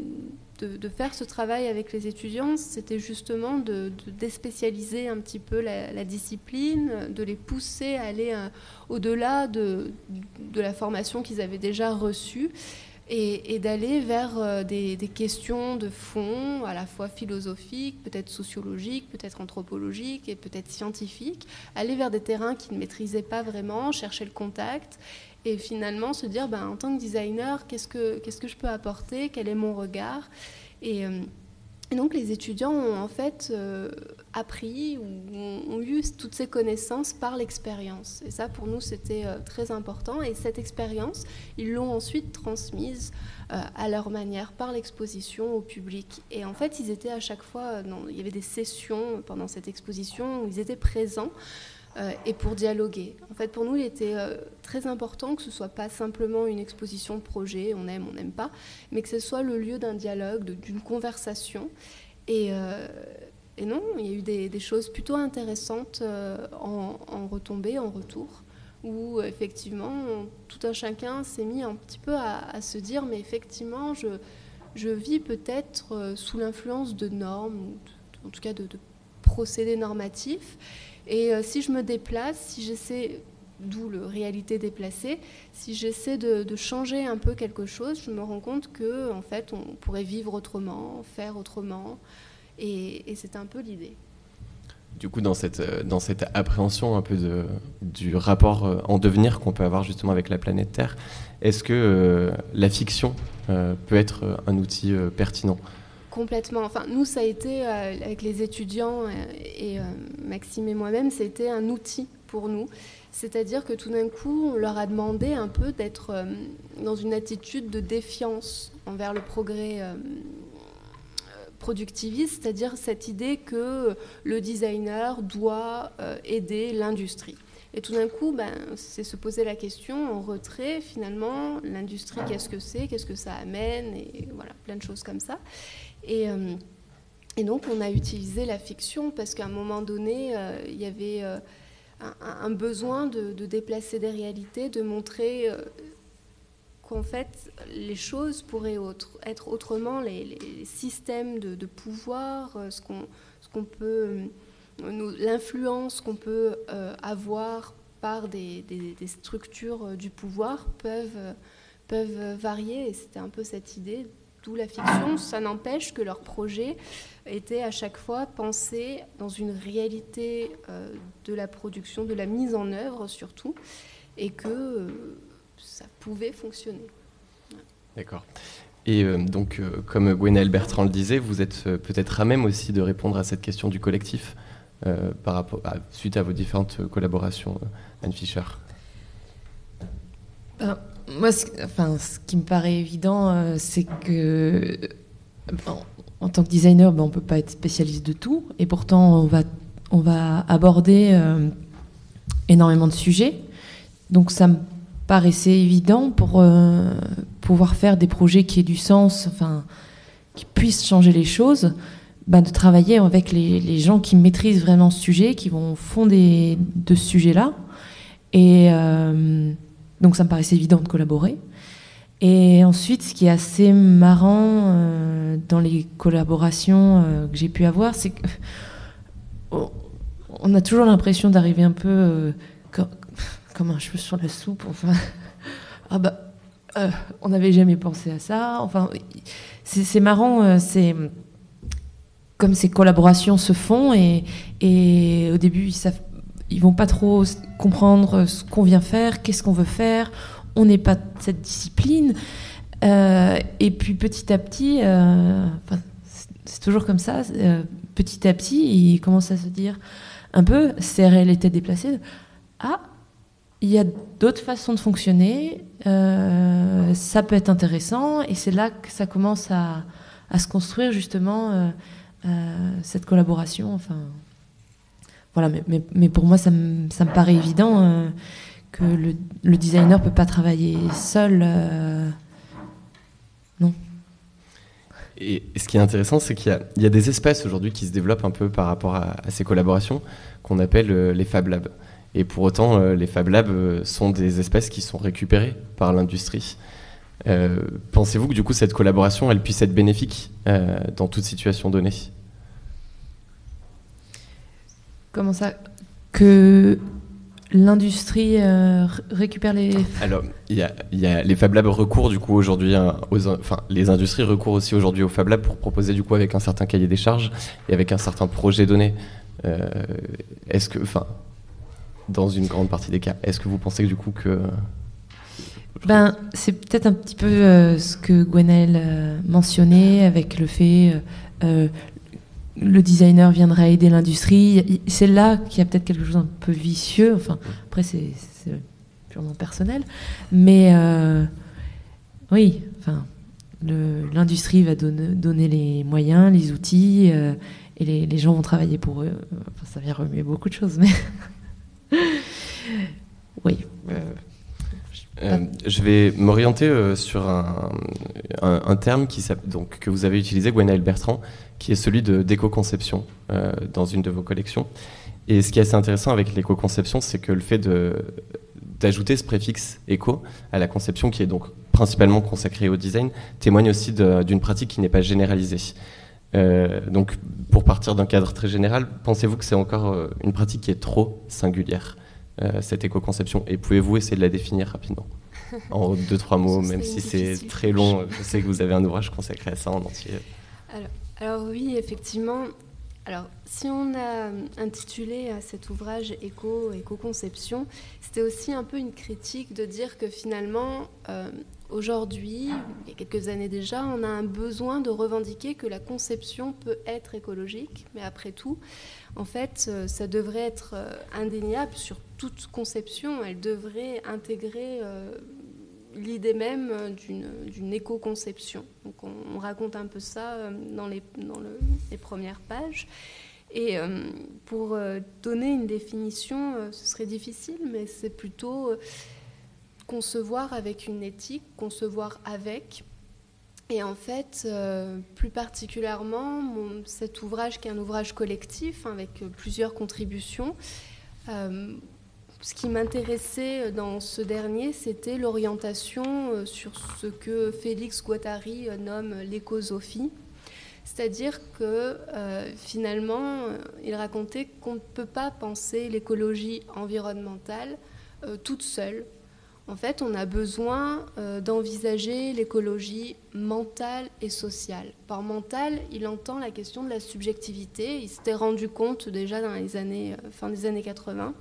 De, de faire ce travail avec les étudiants, c'était justement de, de déspécialiser un petit peu la, la discipline, de les pousser à aller euh, au-delà de, de la formation qu'ils avaient déjà reçue et, et d'aller vers euh, des, des questions de fond, à la fois philosophiques, peut-être sociologiques, peut-être anthropologiques et peut-être scientifiques, aller vers des terrains qu'ils ne maîtrisaient pas vraiment, chercher le contact. Et finalement se dire, ben, en tant que designer, qu'est-ce que, qu'est-ce que je peux apporter? Quel est mon regard? Et, euh, et donc les étudiants ont en fait euh, appris ou ont, ont eu toutes ces connaissances par l'expérience. Et ça, pour nous, c'était euh, très important. Et cette expérience, ils l'ont ensuite transmise euh, à leur manière, par l'exposition au public. Et en fait, ils étaient à chaque fois... Non, il y avait des sessions pendant cette exposition où ils étaient présents. Euh, et pour dialoguer. En fait, pour nous, il était euh, très important que ce ne soit pas simplement une exposition de projet, on aime, on n'aime pas, mais que ce soit le lieu d'un dialogue, de, d'une conversation. Et, euh, et non, il y a eu des, des choses plutôt intéressantes euh, en, en retombées, en retour, où effectivement, tout un chacun s'est mis un petit peu à, à se dire, mais effectivement, je, je vis peut-être euh, sous l'influence de normes, ou de, en tout cas de, de procédés normatifs. Et euh, si je me déplace, si j'essaie, d'où le réalité déplacée, si j'essaie de, de changer un peu quelque chose, je me rends compte que en fait, on pourrait vivre autrement, faire autrement, et, et c'est un peu l'idée. Du coup, dans cette, dans cette appréhension un peu de, du rapport en devenir qu'on peut avoir justement avec la planète Terre, est-ce que euh, la fiction euh, peut être un outil euh, pertinent ? Complètement. Enfin, nous, ça a été, euh, avec les étudiants et, et euh, Maxime et moi-même, c'était un outil pour nous. C'est-à-dire que tout d'un coup, on leur a demandé un peu d'être euh, dans une attitude de défiance envers le progrès euh, productiviste, c'est-à-dire cette idée que le designer doit euh, aider l'industrie. Et tout d'un coup, ben, c'est se poser la question en retrait, finalement, l'industrie, qu'est-ce que c'est, qu'est-ce que ça amène, et voilà, plein de choses comme ça. Et, euh, et donc, on a utilisé la fiction parce qu'à un moment donné, euh, il y avait euh, un, un besoin de, de déplacer des réalités, de montrer euh, qu'en fait, les choses pourraient autre, être autrement, les, les systèmes de, de pouvoir, euh, ce qu'on, ce qu'on peut... Nous, l'influence qu'on peut euh, avoir par des, des, des structures euh, du pouvoir peuvent, euh, peuvent varier, et c'était un peu cette idée, d'où la fiction. Ça n'empêche que leur projet était à chaque fois pensé dans une réalité euh, de la production, de la mise en œuvre surtout, et que euh, ça pouvait fonctionner. Ouais. D'accord. Et euh, donc, euh, comme Gwenaëlle Bertrand le disait, vous êtes euh, peut-être à même aussi de répondre à cette question du collectif. Euh, par rapport à, suite à vos différentes collaborations, euh, Anne Fischer. Ben, moi, ce, enfin, ce qui me paraît évident, euh, c'est que en, en tant que designer, ben, on ne peut pas être spécialiste de tout, et pourtant on va, on va aborder euh, énormément de sujets. Donc ça me paraissait évident pour euh, pouvoir faire des projets qui aient du sens, enfin, qui puissent changer les choses. Bah, de travailler avec les, les gens qui maîtrisent vraiment ce sujet, qui vont au fond des, de ce sujet-là. Et euh, donc, ça me paraissait évident de collaborer. Et ensuite, ce qui est assez marrant euh, dans les collaborations euh, que j'ai pu avoir, c'est qu'on a toujours l'impression d'arriver un peu euh, comme, comme un cheveu sur la soupe. Enfin, ah bah, euh, on n'avait jamais pensé à ça. Enfin, c'est, c'est marrant, euh, c'est... comme ces collaborations se font et, et au début ils savent, ils vont pas trop comprendre ce qu'on vient faire, qu'est-ce qu'on veut faire, on n'est pas de cette discipline euh, et puis petit à petit euh, enfin, c'est, c'est toujours comme ça, euh, petit à petit ils commencent à se dire un peu ces réalités déplacées, ah il y a d'autres façons de fonctionner, euh, ça peut être intéressant, et c'est là que ça commence à, à se construire justement euh, Euh, cette collaboration, enfin voilà, mais, mais, mais pour moi ça me, ça me paraît évident euh, que le, le designer peut pas travailler seul, euh, non. Et, et ce qui est intéressant, c'est qu'il y a, il y a des espaces aujourd'hui qui se développent un peu par rapport à, à ces collaborations qu'on appelle euh, les Fab Labs. Et pour autant, euh, les Fab Labs euh, sont des espaces qui sont récupérés par l'industrie. Euh, pensez-vous que du coup cette collaboration elle puisse être bénéfique euh, dans toute situation donnée? Comment ça? Que l'industrie euh, récupère les... Alors, il y a, y a les Fab Labs recourent du coup aujourd'hui, hein, aux, enfin les industries recourent aussi aujourd'hui aux Fab Labs pour proposer du coup avec un certain cahier des charges et avec un certain projet donné. Euh, est-ce que, enfin, dans une grande partie des cas, est-ce que vous pensez que du coup que Ben, c'est peut-être un petit peu euh, ce que Gwenaëlle euh, mentionnait avec le fait euh, le designer viendrait aider l'industrie. C'est là qu'il y a peut-être quelque chose d'un peu vicieux. Enfin, après, c'est, c'est purement personnel. Mais euh, oui, enfin, le, l'industrie va donner, donner les moyens, les outils, euh, et les, les gens vont travailler pour eux. Enfin, ça vient remuer beaucoup de choses, mais... oui. Euh, Euh, je vais m'orienter euh, sur un, un, un terme qui, donc, que vous avez utilisé, Gwenaëlle Bertrand, qui est celui de, d'éco-conception euh, dans une de vos collections. Et ce qui est assez intéressant avec l'éco-conception, c'est que le fait de, d'ajouter ce préfixe éco à la conception, qui est donc principalement consacrée au design, témoigne aussi de, d'une pratique qui n'est pas généralisée. Euh, donc, pour partir d'un cadre très général, pensez-vous que c'est encore euh, une pratique qui est trop singulière, euh, cette éco-conception, et pouvez-vous essayer de la définir rapidement en deux, trois mots, même si c'est très long. Je sais que vous avez un ouvrage consacré à ça en entier. Alors, alors oui, effectivement. Alors, si on a intitulé à cet ouvrage Éco, éco-conception, c'était aussi un peu une critique de dire que finalement, euh, aujourd'hui, il y a quelques années déjà, on a un besoin de revendiquer que la conception peut être écologique, mais après tout, en fait, ça devrait être indéniable sur toute conception. Elle devrait intégrer euh, l'idée même d'une, d'une éco-conception. Donc on, on raconte un peu ça dans les, dans le, les premières pages. Et euh, pour euh, donner une définition, euh, ce serait difficile, mais c'est plutôt euh, concevoir avec une éthique, concevoir avec. Et en fait, euh, plus particulièrement, mon, cet ouvrage qui est un ouvrage collectif, hein, avec euh, plusieurs contributions, euh, ce qui m'intéressait dans ce dernier, c'était l'orientation euh, sur ce que Félix Guattari euh, nomme l'écosophie. C'est-à-dire que euh, finalement, euh, il racontait qu'on ne peut pas penser l'écologie environnementale euh, toute seule. En fait, on a besoin euh, d'envisager l'écologie mentale et sociale. Par mentale, il entend la question de la subjectivité. Il s'était rendu compte déjà dans les années, euh, fin des années quatre-vingts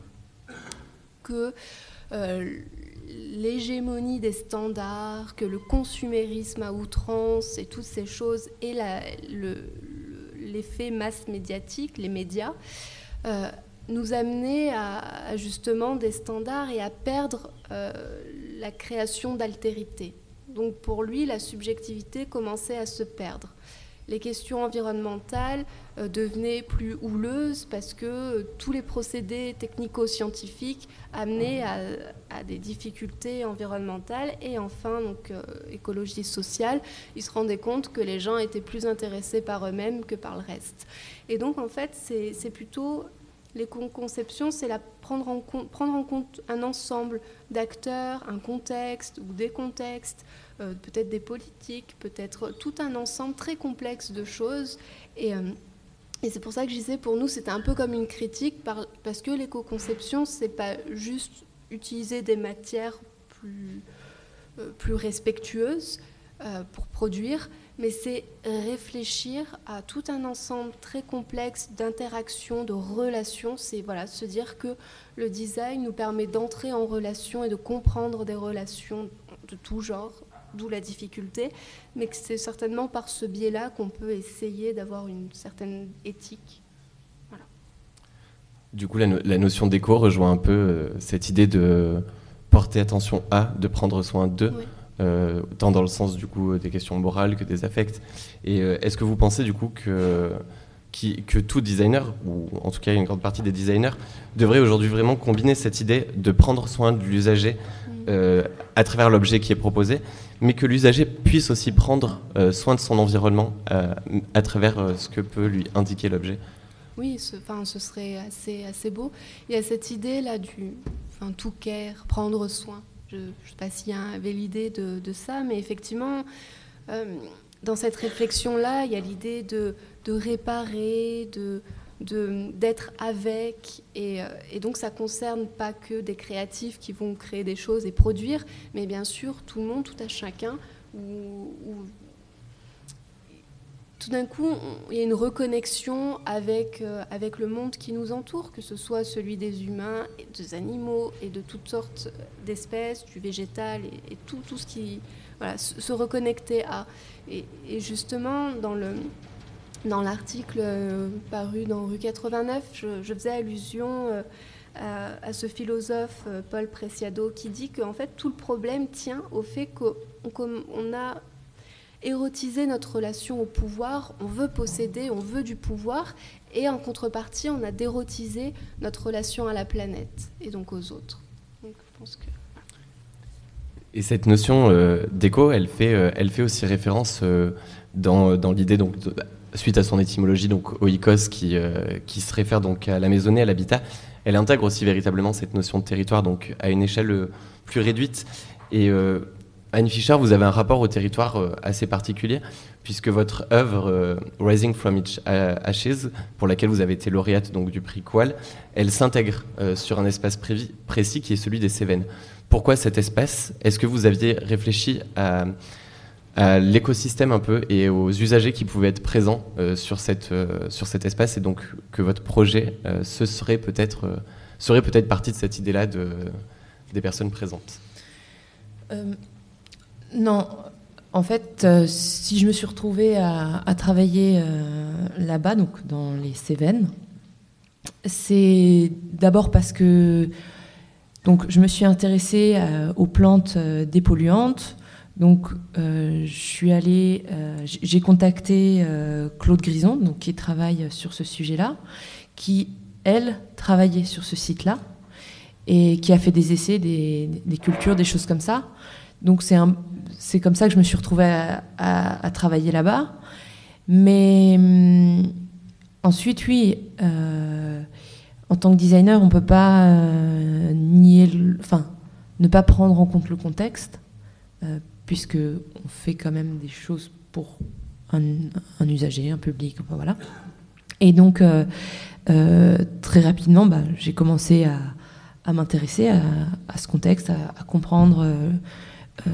que euh, l'hégémonie des standards, que le consumérisme à outrance et toutes ces choses, et la, le, l'effet masse médiatique, les médias, euh, nous amenaient à, à justement des standards et à perdre euh, la création d'altérité. Donc pour lui, la subjectivité commençait à se perdre. Les questions environnementales euh, devenaient plus houleuses parce que euh, tous les procédés technico-scientifiques amenaient à, à des difficultés environnementales. Et enfin, donc, euh, écologie sociale, ils se rendaient compte que les gens étaient plus intéressés par eux-mêmes que par le reste. Et donc, en fait, c'est, c'est plutôt... L'éco-conception, c'est la, prendre, en compte, prendre en compte un ensemble d'acteurs, un contexte ou des contextes, euh, peut-être des politiques, peut-être tout un ensemble très complexe de choses. Et, euh, et c'est pour ça que je disais, pour nous, c'était un peu comme une critique, par, parce que l'éco-conception, c'est pas juste utiliser des matières plus, euh, plus respectueuses euh, pour produire, mais c'est réfléchir à tout un ensemble très complexe d'interactions, de relations. C'est voilà, se dire que le design nous permet d'entrer en relation et de comprendre des relations de tout genre, d'où la difficulté, mais que c'est certainement par ce biais-là qu'on peut essayer d'avoir une certaine éthique. Voilà. Du coup, la, no- la notion d'éco rejoint un peu euh, cette idée de porter attention à, de prendre soin d'eux. Oui. Euh, tant dans le sens du coup des questions morales que des affects. Et euh, est-ce que vous pensez du coup que, qui, que tout designer, ou en tout cas une grande partie des designers, devrait aujourd'hui vraiment combiner cette idée de prendre soin de l'usager euh, à travers l'objet qui est proposé, mais que l'usager puisse aussi prendre euh, soin de son environnement euh, à travers euh, ce que peut lui indiquer l'objet? Oui, ce, enfin, ce serait assez, assez beau. Il y a cette idée-là du enfin, tout care, prendre soin. Je ne sais pas s'il y avait l'idée de, de ça, mais effectivement, euh, dans cette réflexion-là, il y a l'idée de, de réparer, de, de, d'être avec. Et, euh, et donc, ça ne concerne pas que des créatifs qui vont créer des choses et produire, mais bien sûr, tout le monde, tout à chacun, où, où tout d'un coup, il y a une reconnexion avec, euh, avec le monde qui nous entoure, que ce soit celui des humains, et des animaux et de toutes sortes d'espèces, du végétal et, et tout, tout ce qui... Voilà, se, se reconnecter à... Et, et justement, dans, le, dans l'article euh, paru dans Rue quatre-vingt-neuf, je, je faisais allusion euh, à, à ce philosophe euh, Paul Preciado qui dit qu'en fait, tout le problème tient au fait qu'on on a... érotiser notre relation au pouvoir, on veut posséder, on veut du pouvoir, et en contrepartie, on a d'érotiser notre relation à la planète et donc aux autres. Donc, je pense que... Et cette notion euh, d'éco, elle fait, euh, elle fait aussi référence euh, dans, dans l'idée, donc, de, suite à son étymologie, donc au icos, qui, euh, qui se réfère donc à la maisonnée, à l'habitat. Elle intègre aussi véritablement cette notion de territoire, donc à une échelle euh, plus réduite. Et euh, Anne Fischer, vous avez un rapport au territoire euh, assez particulier, puisque votre œuvre euh, Rising from Its Ashes, pour laquelle vous avez été lauréate donc, du prix Qual, elle s'intègre euh, sur un espace prévi, précis qui est celui des Cévennes. Pourquoi cet espace? Est-ce que vous aviez réfléchi à, à l'écosystème un peu et aux usagers qui pouvaient être présents euh, sur, cette, euh, sur cet espace, et donc que votre projet euh, ce serait, peut-être, euh, serait peut-être partie de cette idée-là de, des personnes présentes? euh... Non, en fait, euh, si je me suis retrouvée à, à travailler euh, là-bas, donc dans les Cévennes, c'est d'abord parce que donc, je me suis intéressée euh, aux plantes euh, dépolluantes, Donc, euh, je suis allée, euh, j'ai contacté euh, Claude Grison, donc, qui travaille sur ce sujet-là, qui, elle, travaillait sur ce site-là, et qui a fait des essais, des, des cultures, des choses comme ça. Donc, c'est, un, c'est comme ça que je me suis retrouvée à, à, à travailler là-bas. Mais hum, ensuite, oui, euh, en tant que designer, on ne peut pas euh, nier, le, enfin, ne pas prendre en compte le contexte, euh, puisque on fait quand même des choses pour un, un usager, un public, enfin, voilà. Et donc, euh, euh, très rapidement, bah, j'ai commencé à, à m'intéresser à, à ce contexte, à, à comprendre euh, euh,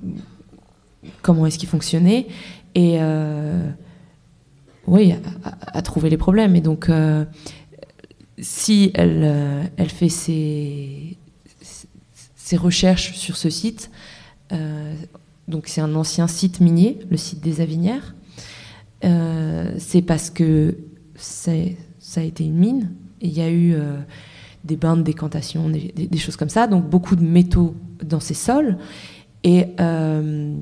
comment est-ce qu'il fonctionnait, et euh, oui, à, à, à trouver les problèmes. Et donc, euh, si elle, euh, elle fait ses, ses recherches sur ce site, euh, donc c'est un ancien site minier, le site des Avinières, euh, c'est parce que c'est, ça a été une mine, et il y a eu euh, des bains de décantation, des, des, des choses comme ça, donc beaucoup de métaux dans ces sols, et euh,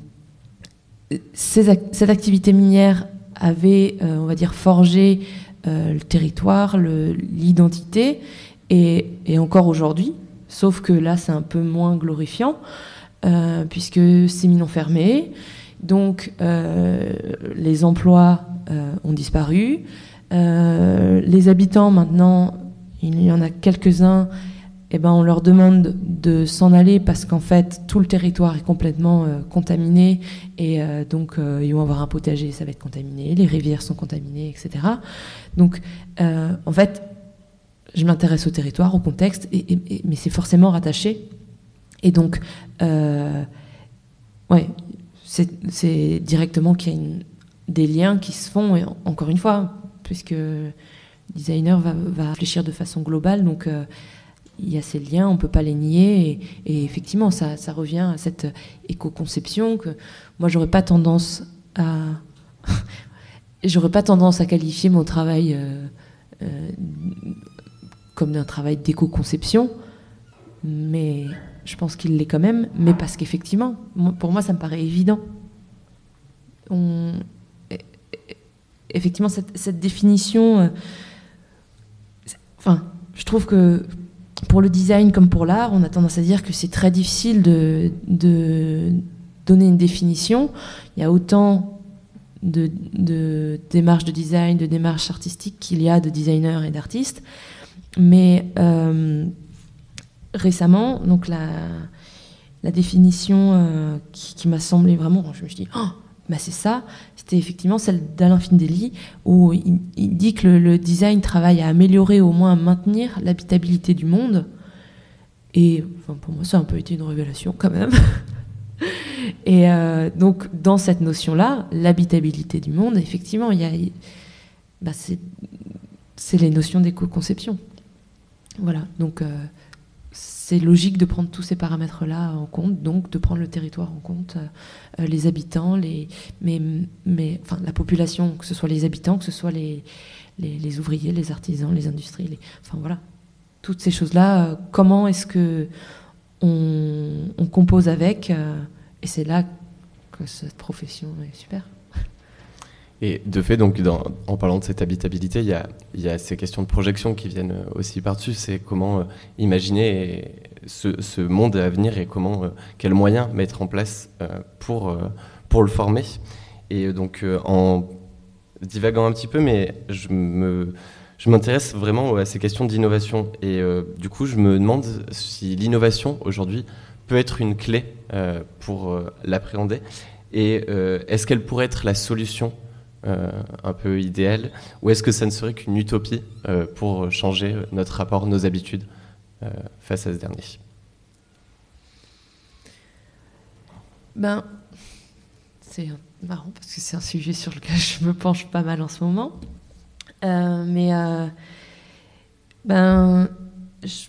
ces, cette activité minière avait, euh, on va dire, forgé euh, le territoire, le, l'identité, et, et encore aujourd'hui, sauf que là c'est un peu moins glorifiant, euh, puisque ces mines ont fermé, donc euh, les emplois euh, ont disparu, euh, les habitants maintenant, il y en a quelques-uns, eh ben, on leur demande de s'en aller parce qu'en fait tout le territoire est complètement euh, contaminé, et euh, donc euh, ils vont avoir un potager, ça va être contaminé, les rivières sont contaminées, et cetera. Donc euh, en fait, je m'intéresse au territoire, au contexte, et, et, et, mais c'est forcément rattaché. Et donc, euh, ouais, c'est, c'est directement qu'il y a une, des liens qui se font, et encore une fois, puisque le designer va, va réfléchir de façon globale, donc euh, il y a ces liens, on ne peut pas les nier, et, et effectivement, ça, ça revient à cette éco-conception que moi, j'aurais pas tendance à... j'aurais pas tendance à qualifier mon travail euh, euh, comme d'un travail d'éco-conception, mais je pense qu'il l'est quand même, mais parce qu'effectivement, pour moi, ça me paraît évident. On... Effectivement, cette, cette définition... Euh... Enfin, je trouve que pour le design comme pour l'art, on a tendance à dire que c'est très difficile de, de donner une définition. Il y a autant de, de démarches de design, de démarches artistiques qu'il y a de designers et d'artistes. Mais euh, récemment, donc la, la définition euh, qui, qui m'a semblé vraiment, je me suis dit, oh, bah c'est ça, c'était effectivement celle d'Alain Findelli, où il, il dit que le, le design travaille à améliorer, au moins à maintenir l'habitabilité du monde. Et enfin, pour moi, ça a un peu été une révélation quand même. Et euh, donc, dans cette notion-là, l'habitabilité du monde, effectivement, il y a, bah, c'est, c'est les notions d'éco-conception. Voilà, donc euh, c'est logique de prendre tous ces paramètres-là en compte, donc de prendre le territoire en compte, euh, les habitants, les, mais, mais, enfin, la population, que ce soit les habitants, que ce soit les, les, les ouvriers, les artisans, les industries, les, enfin voilà, toutes ces choses-là, euh, comment est-ce que on, on compose avec, euh, et c'est là que cette profession est super. Et de fait, donc, dans, en parlant de cette habitabilité, il y a, il y a ces questions de projection qui viennent aussi par-dessus. C'est comment euh, imaginer ce, ce monde à venir, et comment, euh, quels moyens mettre en place euh, pour, euh, pour le former. Et donc, euh, en divaguant un petit peu, mais je, me, je m'intéresse vraiment à ces questions d'innovation. Et euh, du coup, je me demande si l'innovation, aujourd'hui, peut être une clé euh, pour euh, l'appréhender. Et euh, est-ce qu'elle pourrait être la solution Euh, un peu idéal, ou est-ce que ça ne serait qu'une utopie euh, pour changer notre rapport, nos habitudes euh, face à ce dernier? Ben, c'est marrant parce que c'est un sujet sur lequel je me penche pas mal en ce moment. Euh, mais euh, ben, je,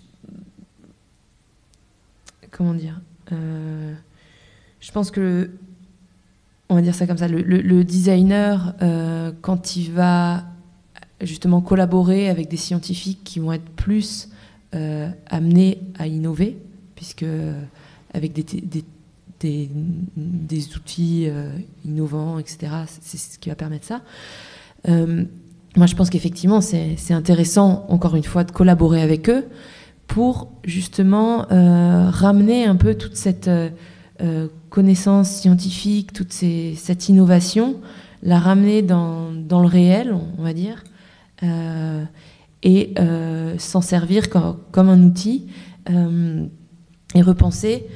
comment dire euh, je pense que on va dire ça comme ça, le, le, le designer, euh, quand il va justement collaborer avec des scientifiques qui vont être plus euh, amenés à innover, puisque euh, avec des, des, des, des outils euh, innovants, et cetera. C'est ce qui va permettre ça. Euh, moi, je pense qu'effectivement, c'est, c'est intéressant, encore une fois, de collaborer avec eux pour justement euh, ramener un peu toute cette euh, euh, connaissance scientifique, toute ces, cette innovation, la ramener dans, dans le réel, on va dire, euh, et euh, s'en servir comme, comme un outil euh, et repenser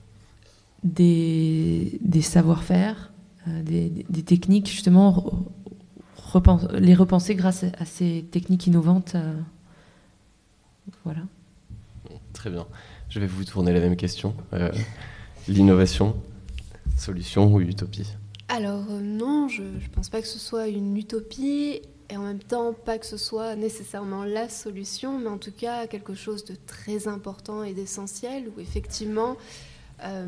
des, des savoir-faire, euh, des, des, des techniques, justement, repense, les repenser grâce à ces techniques innovantes. Euh, voilà. Très bien. Je vais vous tourner la même question. Euh, l'innovation, solution ou utopie ? Alors euh, non, je ne pense pas que ce soit une utopie et en même temps pas que ce soit nécessairement la solution, mais en tout cas quelque chose de très important et d'essentiel où effectivement euh,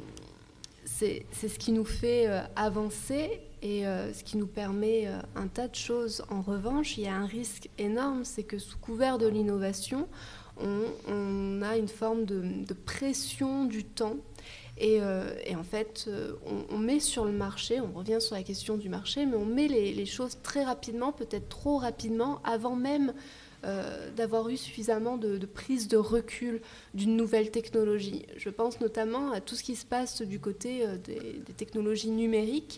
c'est, c'est ce qui nous fait euh, avancer et euh, ce qui nous permet euh, un tas de choses. En revanche, il y a un risque énorme, c'est que sous couvert de l'innovation, on, on a une forme de, de pression du temps. Et, euh, et en fait, euh, on, on met sur le marché, on revient sur la question du marché, mais on met les, les choses très rapidement, peut-être trop rapidement, avant même euh, d'avoir eu suffisamment de, de prise de recul d'une nouvelle technologie. Je pense notamment à tout ce qui se passe du côté euh, des, des technologies numériques,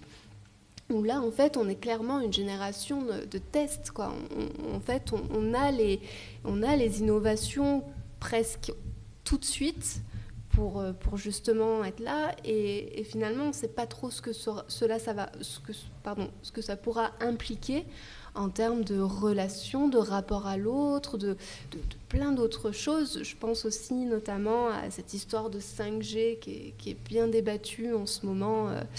où là, en fait, on est clairement une génération de, de tests, quoi. On, on, en fait, on, on, a les, on a les innovations presque tout de suite, Pour, pour justement être là et, et finalement on ne sait pas trop ce que ça, cela ça va ce que, pardon, ce que ça pourra impliquer en termes de relations, de rapport à l'autre, de, de, de plein d'autres choses. Je pense aussi notamment à cette histoire de cinq G qui est, qui est bien débattue en ce moment euh,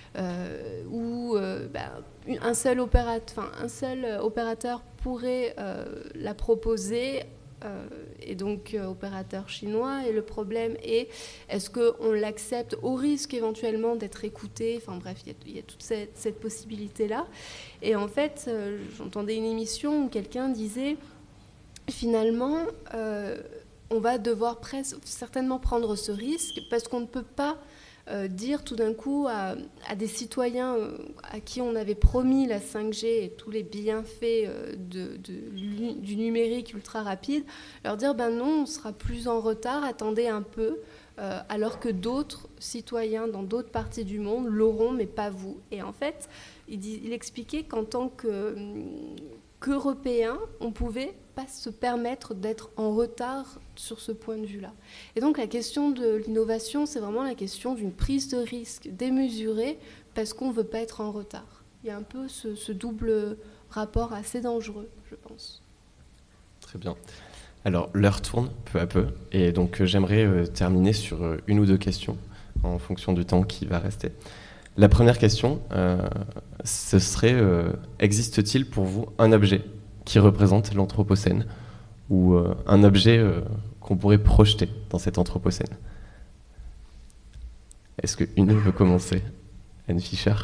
euh, où euh, bah, un, seul opérateur, enfin, un seul opérateur pourrait euh, la proposer Euh, et donc euh, opérateur chinois, et le problème est est-ce qu'on l'accepte au risque éventuellement d'être écouté, enfin bref, il y, y a toute cette, cette possibilité-là. Et en fait, euh, j'entendais une émission où quelqu'un disait finalement, euh, on va devoir presque, certainement prendre ce risque parce qu'on ne peut pas Euh, dire tout d'un coup à, à des citoyens euh, à qui on avait promis la cinq G et tous les bienfaits euh, de, de, du numérique ultra rapide, leur dire ben non, on sera plus en retard, attendez un peu, euh, alors que d'autres citoyens dans d'autres parties du monde l'auront, mais pas vous. Et en fait, il, dit, il expliquait qu'en tant que, qu'Européens, on pouvait pas se permettre d'être en retard sur ce point de vue-là. Et donc la question de l'innovation, c'est vraiment la question d'une prise de risque démesurée parce qu'on ne veut pas être en retard. Il y a un peu ce, ce double rapport assez dangereux, je pense. Très bien. Alors l'heure tourne peu à peu et donc euh, j'aimerais euh, terminer sur euh, une ou deux questions en fonction du temps qui va rester. La première question, euh, ce serait euh, existe-t-il pour vous un objet qui représente l'Anthropocène ou euh, un objet euh, qu'on pourrait projeter dans cet Anthropocène? Est-ce qu'une veut commencer? Anne Fischer?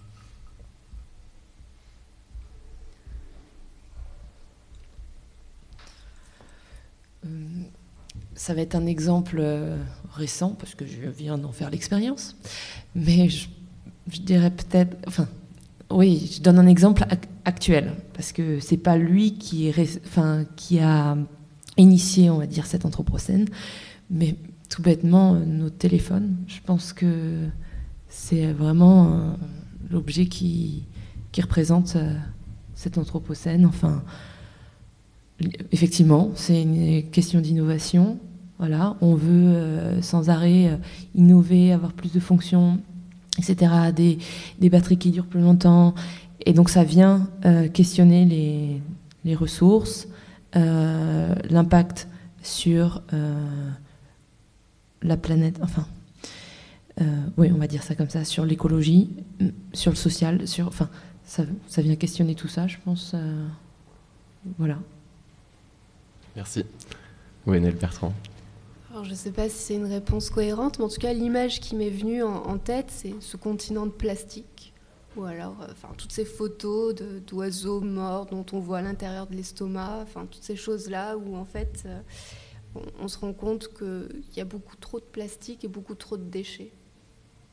euh, Ça va être un exemple euh, récent, parce que je viens d'en faire l'expérience, mais je, je dirais peut-être... Enfin, oui, je donne un exemple actuel, parce que c'est pas lui qui, est, enfin, qui a initié, on va dire, cet Anthropocène, mais tout bêtement, nos téléphones. Je pense que c'est vraiment euh, l'objet qui, qui représente euh, cet Anthropocène. Enfin, effectivement, c'est une question d'innovation. Voilà, on veut euh, sans arrêt euh, innover, avoir plus de fonctions, et cetera, des, des batteries qui durent plus longtemps. Et donc ça vient euh, questionner les, les ressources, euh, l'impact sur euh, la planète, enfin, euh, oui, on va dire ça comme ça, sur l'écologie, sur le social, sur, enfin, ça, ça vient questionner tout ça, je pense. Euh, voilà. Merci. Gwenaëlle Bertrand. Alors, je ne sais pas si c'est une réponse cohérente, mais en tout cas, l'image qui m'est venue en, en tête, c'est ce continent de plastique. Ou alors, euh, enfin, toutes ces photos de, d'oiseaux morts dont on voit l'intérieur de l'estomac, enfin, toutes ces choses-là où, en fait, euh, on, on se rend compte qu'il y a beaucoup trop de plastique et beaucoup trop de déchets.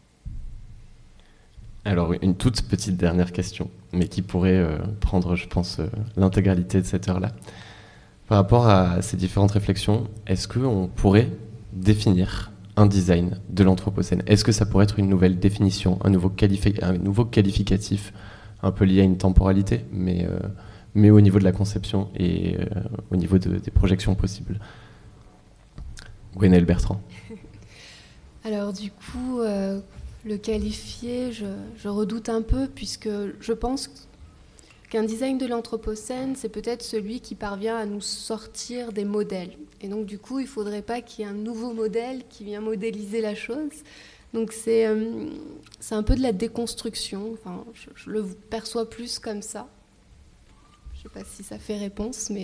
Alors, une toute petite dernière question, mais qui pourrait euh, prendre, je pense, euh, l'intégralité de cette heure-là. Par rapport à ces différentes réflexions, est-ce qu'on pourrait définir un design de l'Anthropocène? Est-ce que ça pourrait être une nouvelle définition, un nouveau, qualifi- un nouveau qualificatif, un peu lié à une temporalité, mais, euh, mais au niveau de la conception et euh, au niveau de, des projections possibles? Gwenaëlle Bertrand. Alors du coup, euh, le qualifier, je, je redoute un peu, puisque je pense qu'un design de l'Anthropocène, c'est peut-être celui qui parvient à nous sortir des modèles. Et donc du coup, il ne faudrait pas qu'il y ait un nouveau modèle qui vient modéliser la chose. Donc c'est, euh, c'est un peu de la déconstruction, enfin, je, je le perçois plus comme ça. Je ne sais pas si ça fait réponse, mais...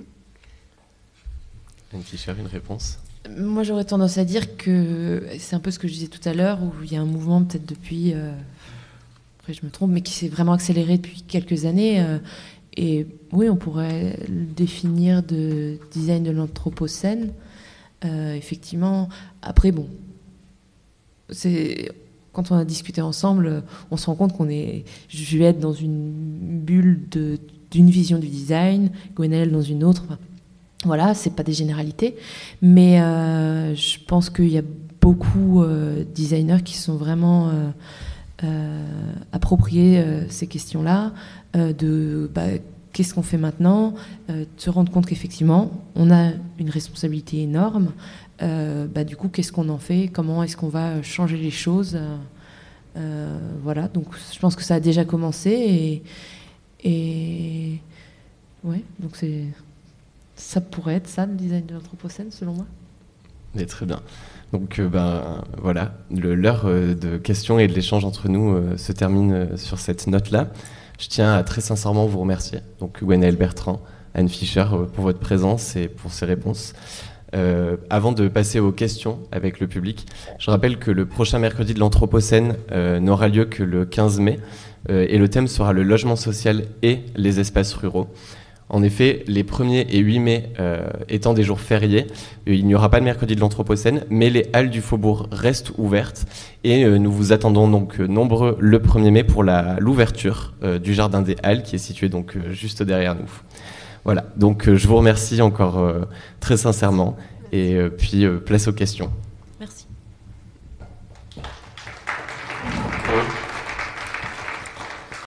Anne Fischer, une réponse? Moi, j'aurais tendance à dire que c'est un peu ce que je disais tout à l'heure, où il y a un mouvement peut-être depuis, euh, après je me trompe, mais qui s'est vraiment accéléré depuis quelques années. Euh, et oui, on pourrait le définir de design de l'Anthropocène. Euh, effectivement, après, bon, c'est, quand on a discuté ensemble, on se rend compte qu'on est, je vais être dans une bulle de, d'une vision du design, Gwenaëlle dans une autre. Enfin, voilà, c'est pas des généralités, mais euh, je pense qu'il y a beaucoup de euh, designers qui sont vraiment euh, euh, appropriés euh, ces questions-là, euh, de bah, qu'est-ce qu'on fait maintenant, euh, de se rendre compte qu'effectivement, on a une responsabilité énorme. Euh, bah, du coup, qu'est-ce qu'on en fait? Comment est-ce qu'on va changer les choses? euh, Voilà, donc je pense que ça a déjà commencé et, et ouais, donc c'est... Ça pourrait être ça, le design de l'Anthropocène, selon moi. Mais très bien. Donc, euh, ben, voilà, le, l'heure euh, de questions et de l'échange entre nous euh, se termine euh, sur cette note-là. Je tiens à très sincèrement vous remercier. Donc, Gwenaëlle Bertrand, Anne Fischer, euh, pour votre présence et pour ces réponses. Euh, avant de passer aux questions avec le public, je rappelle que le prochain mercredi de l'Anthropocène euh, n'aura lieu que le quinze mai euh, et le thème sera le logement social et les espaces ruraux. En effet, les premier et huit mai euh, étant des jours fériés, euh, il n'y aura pas de mercredi de l'Anthropocène, mais les halles du Faubourg restent ouvertes et euh, nous vous attendons donc euh, nombreux le premier mai pour la, l'ouverture euh, du Jardin des Halles qui est situé donc euh, juste derrière nous. Voilà, donc euh, je vous remercie encore euh, très sincèrement et euh, puis euh, place aux questions. Merci. Oui.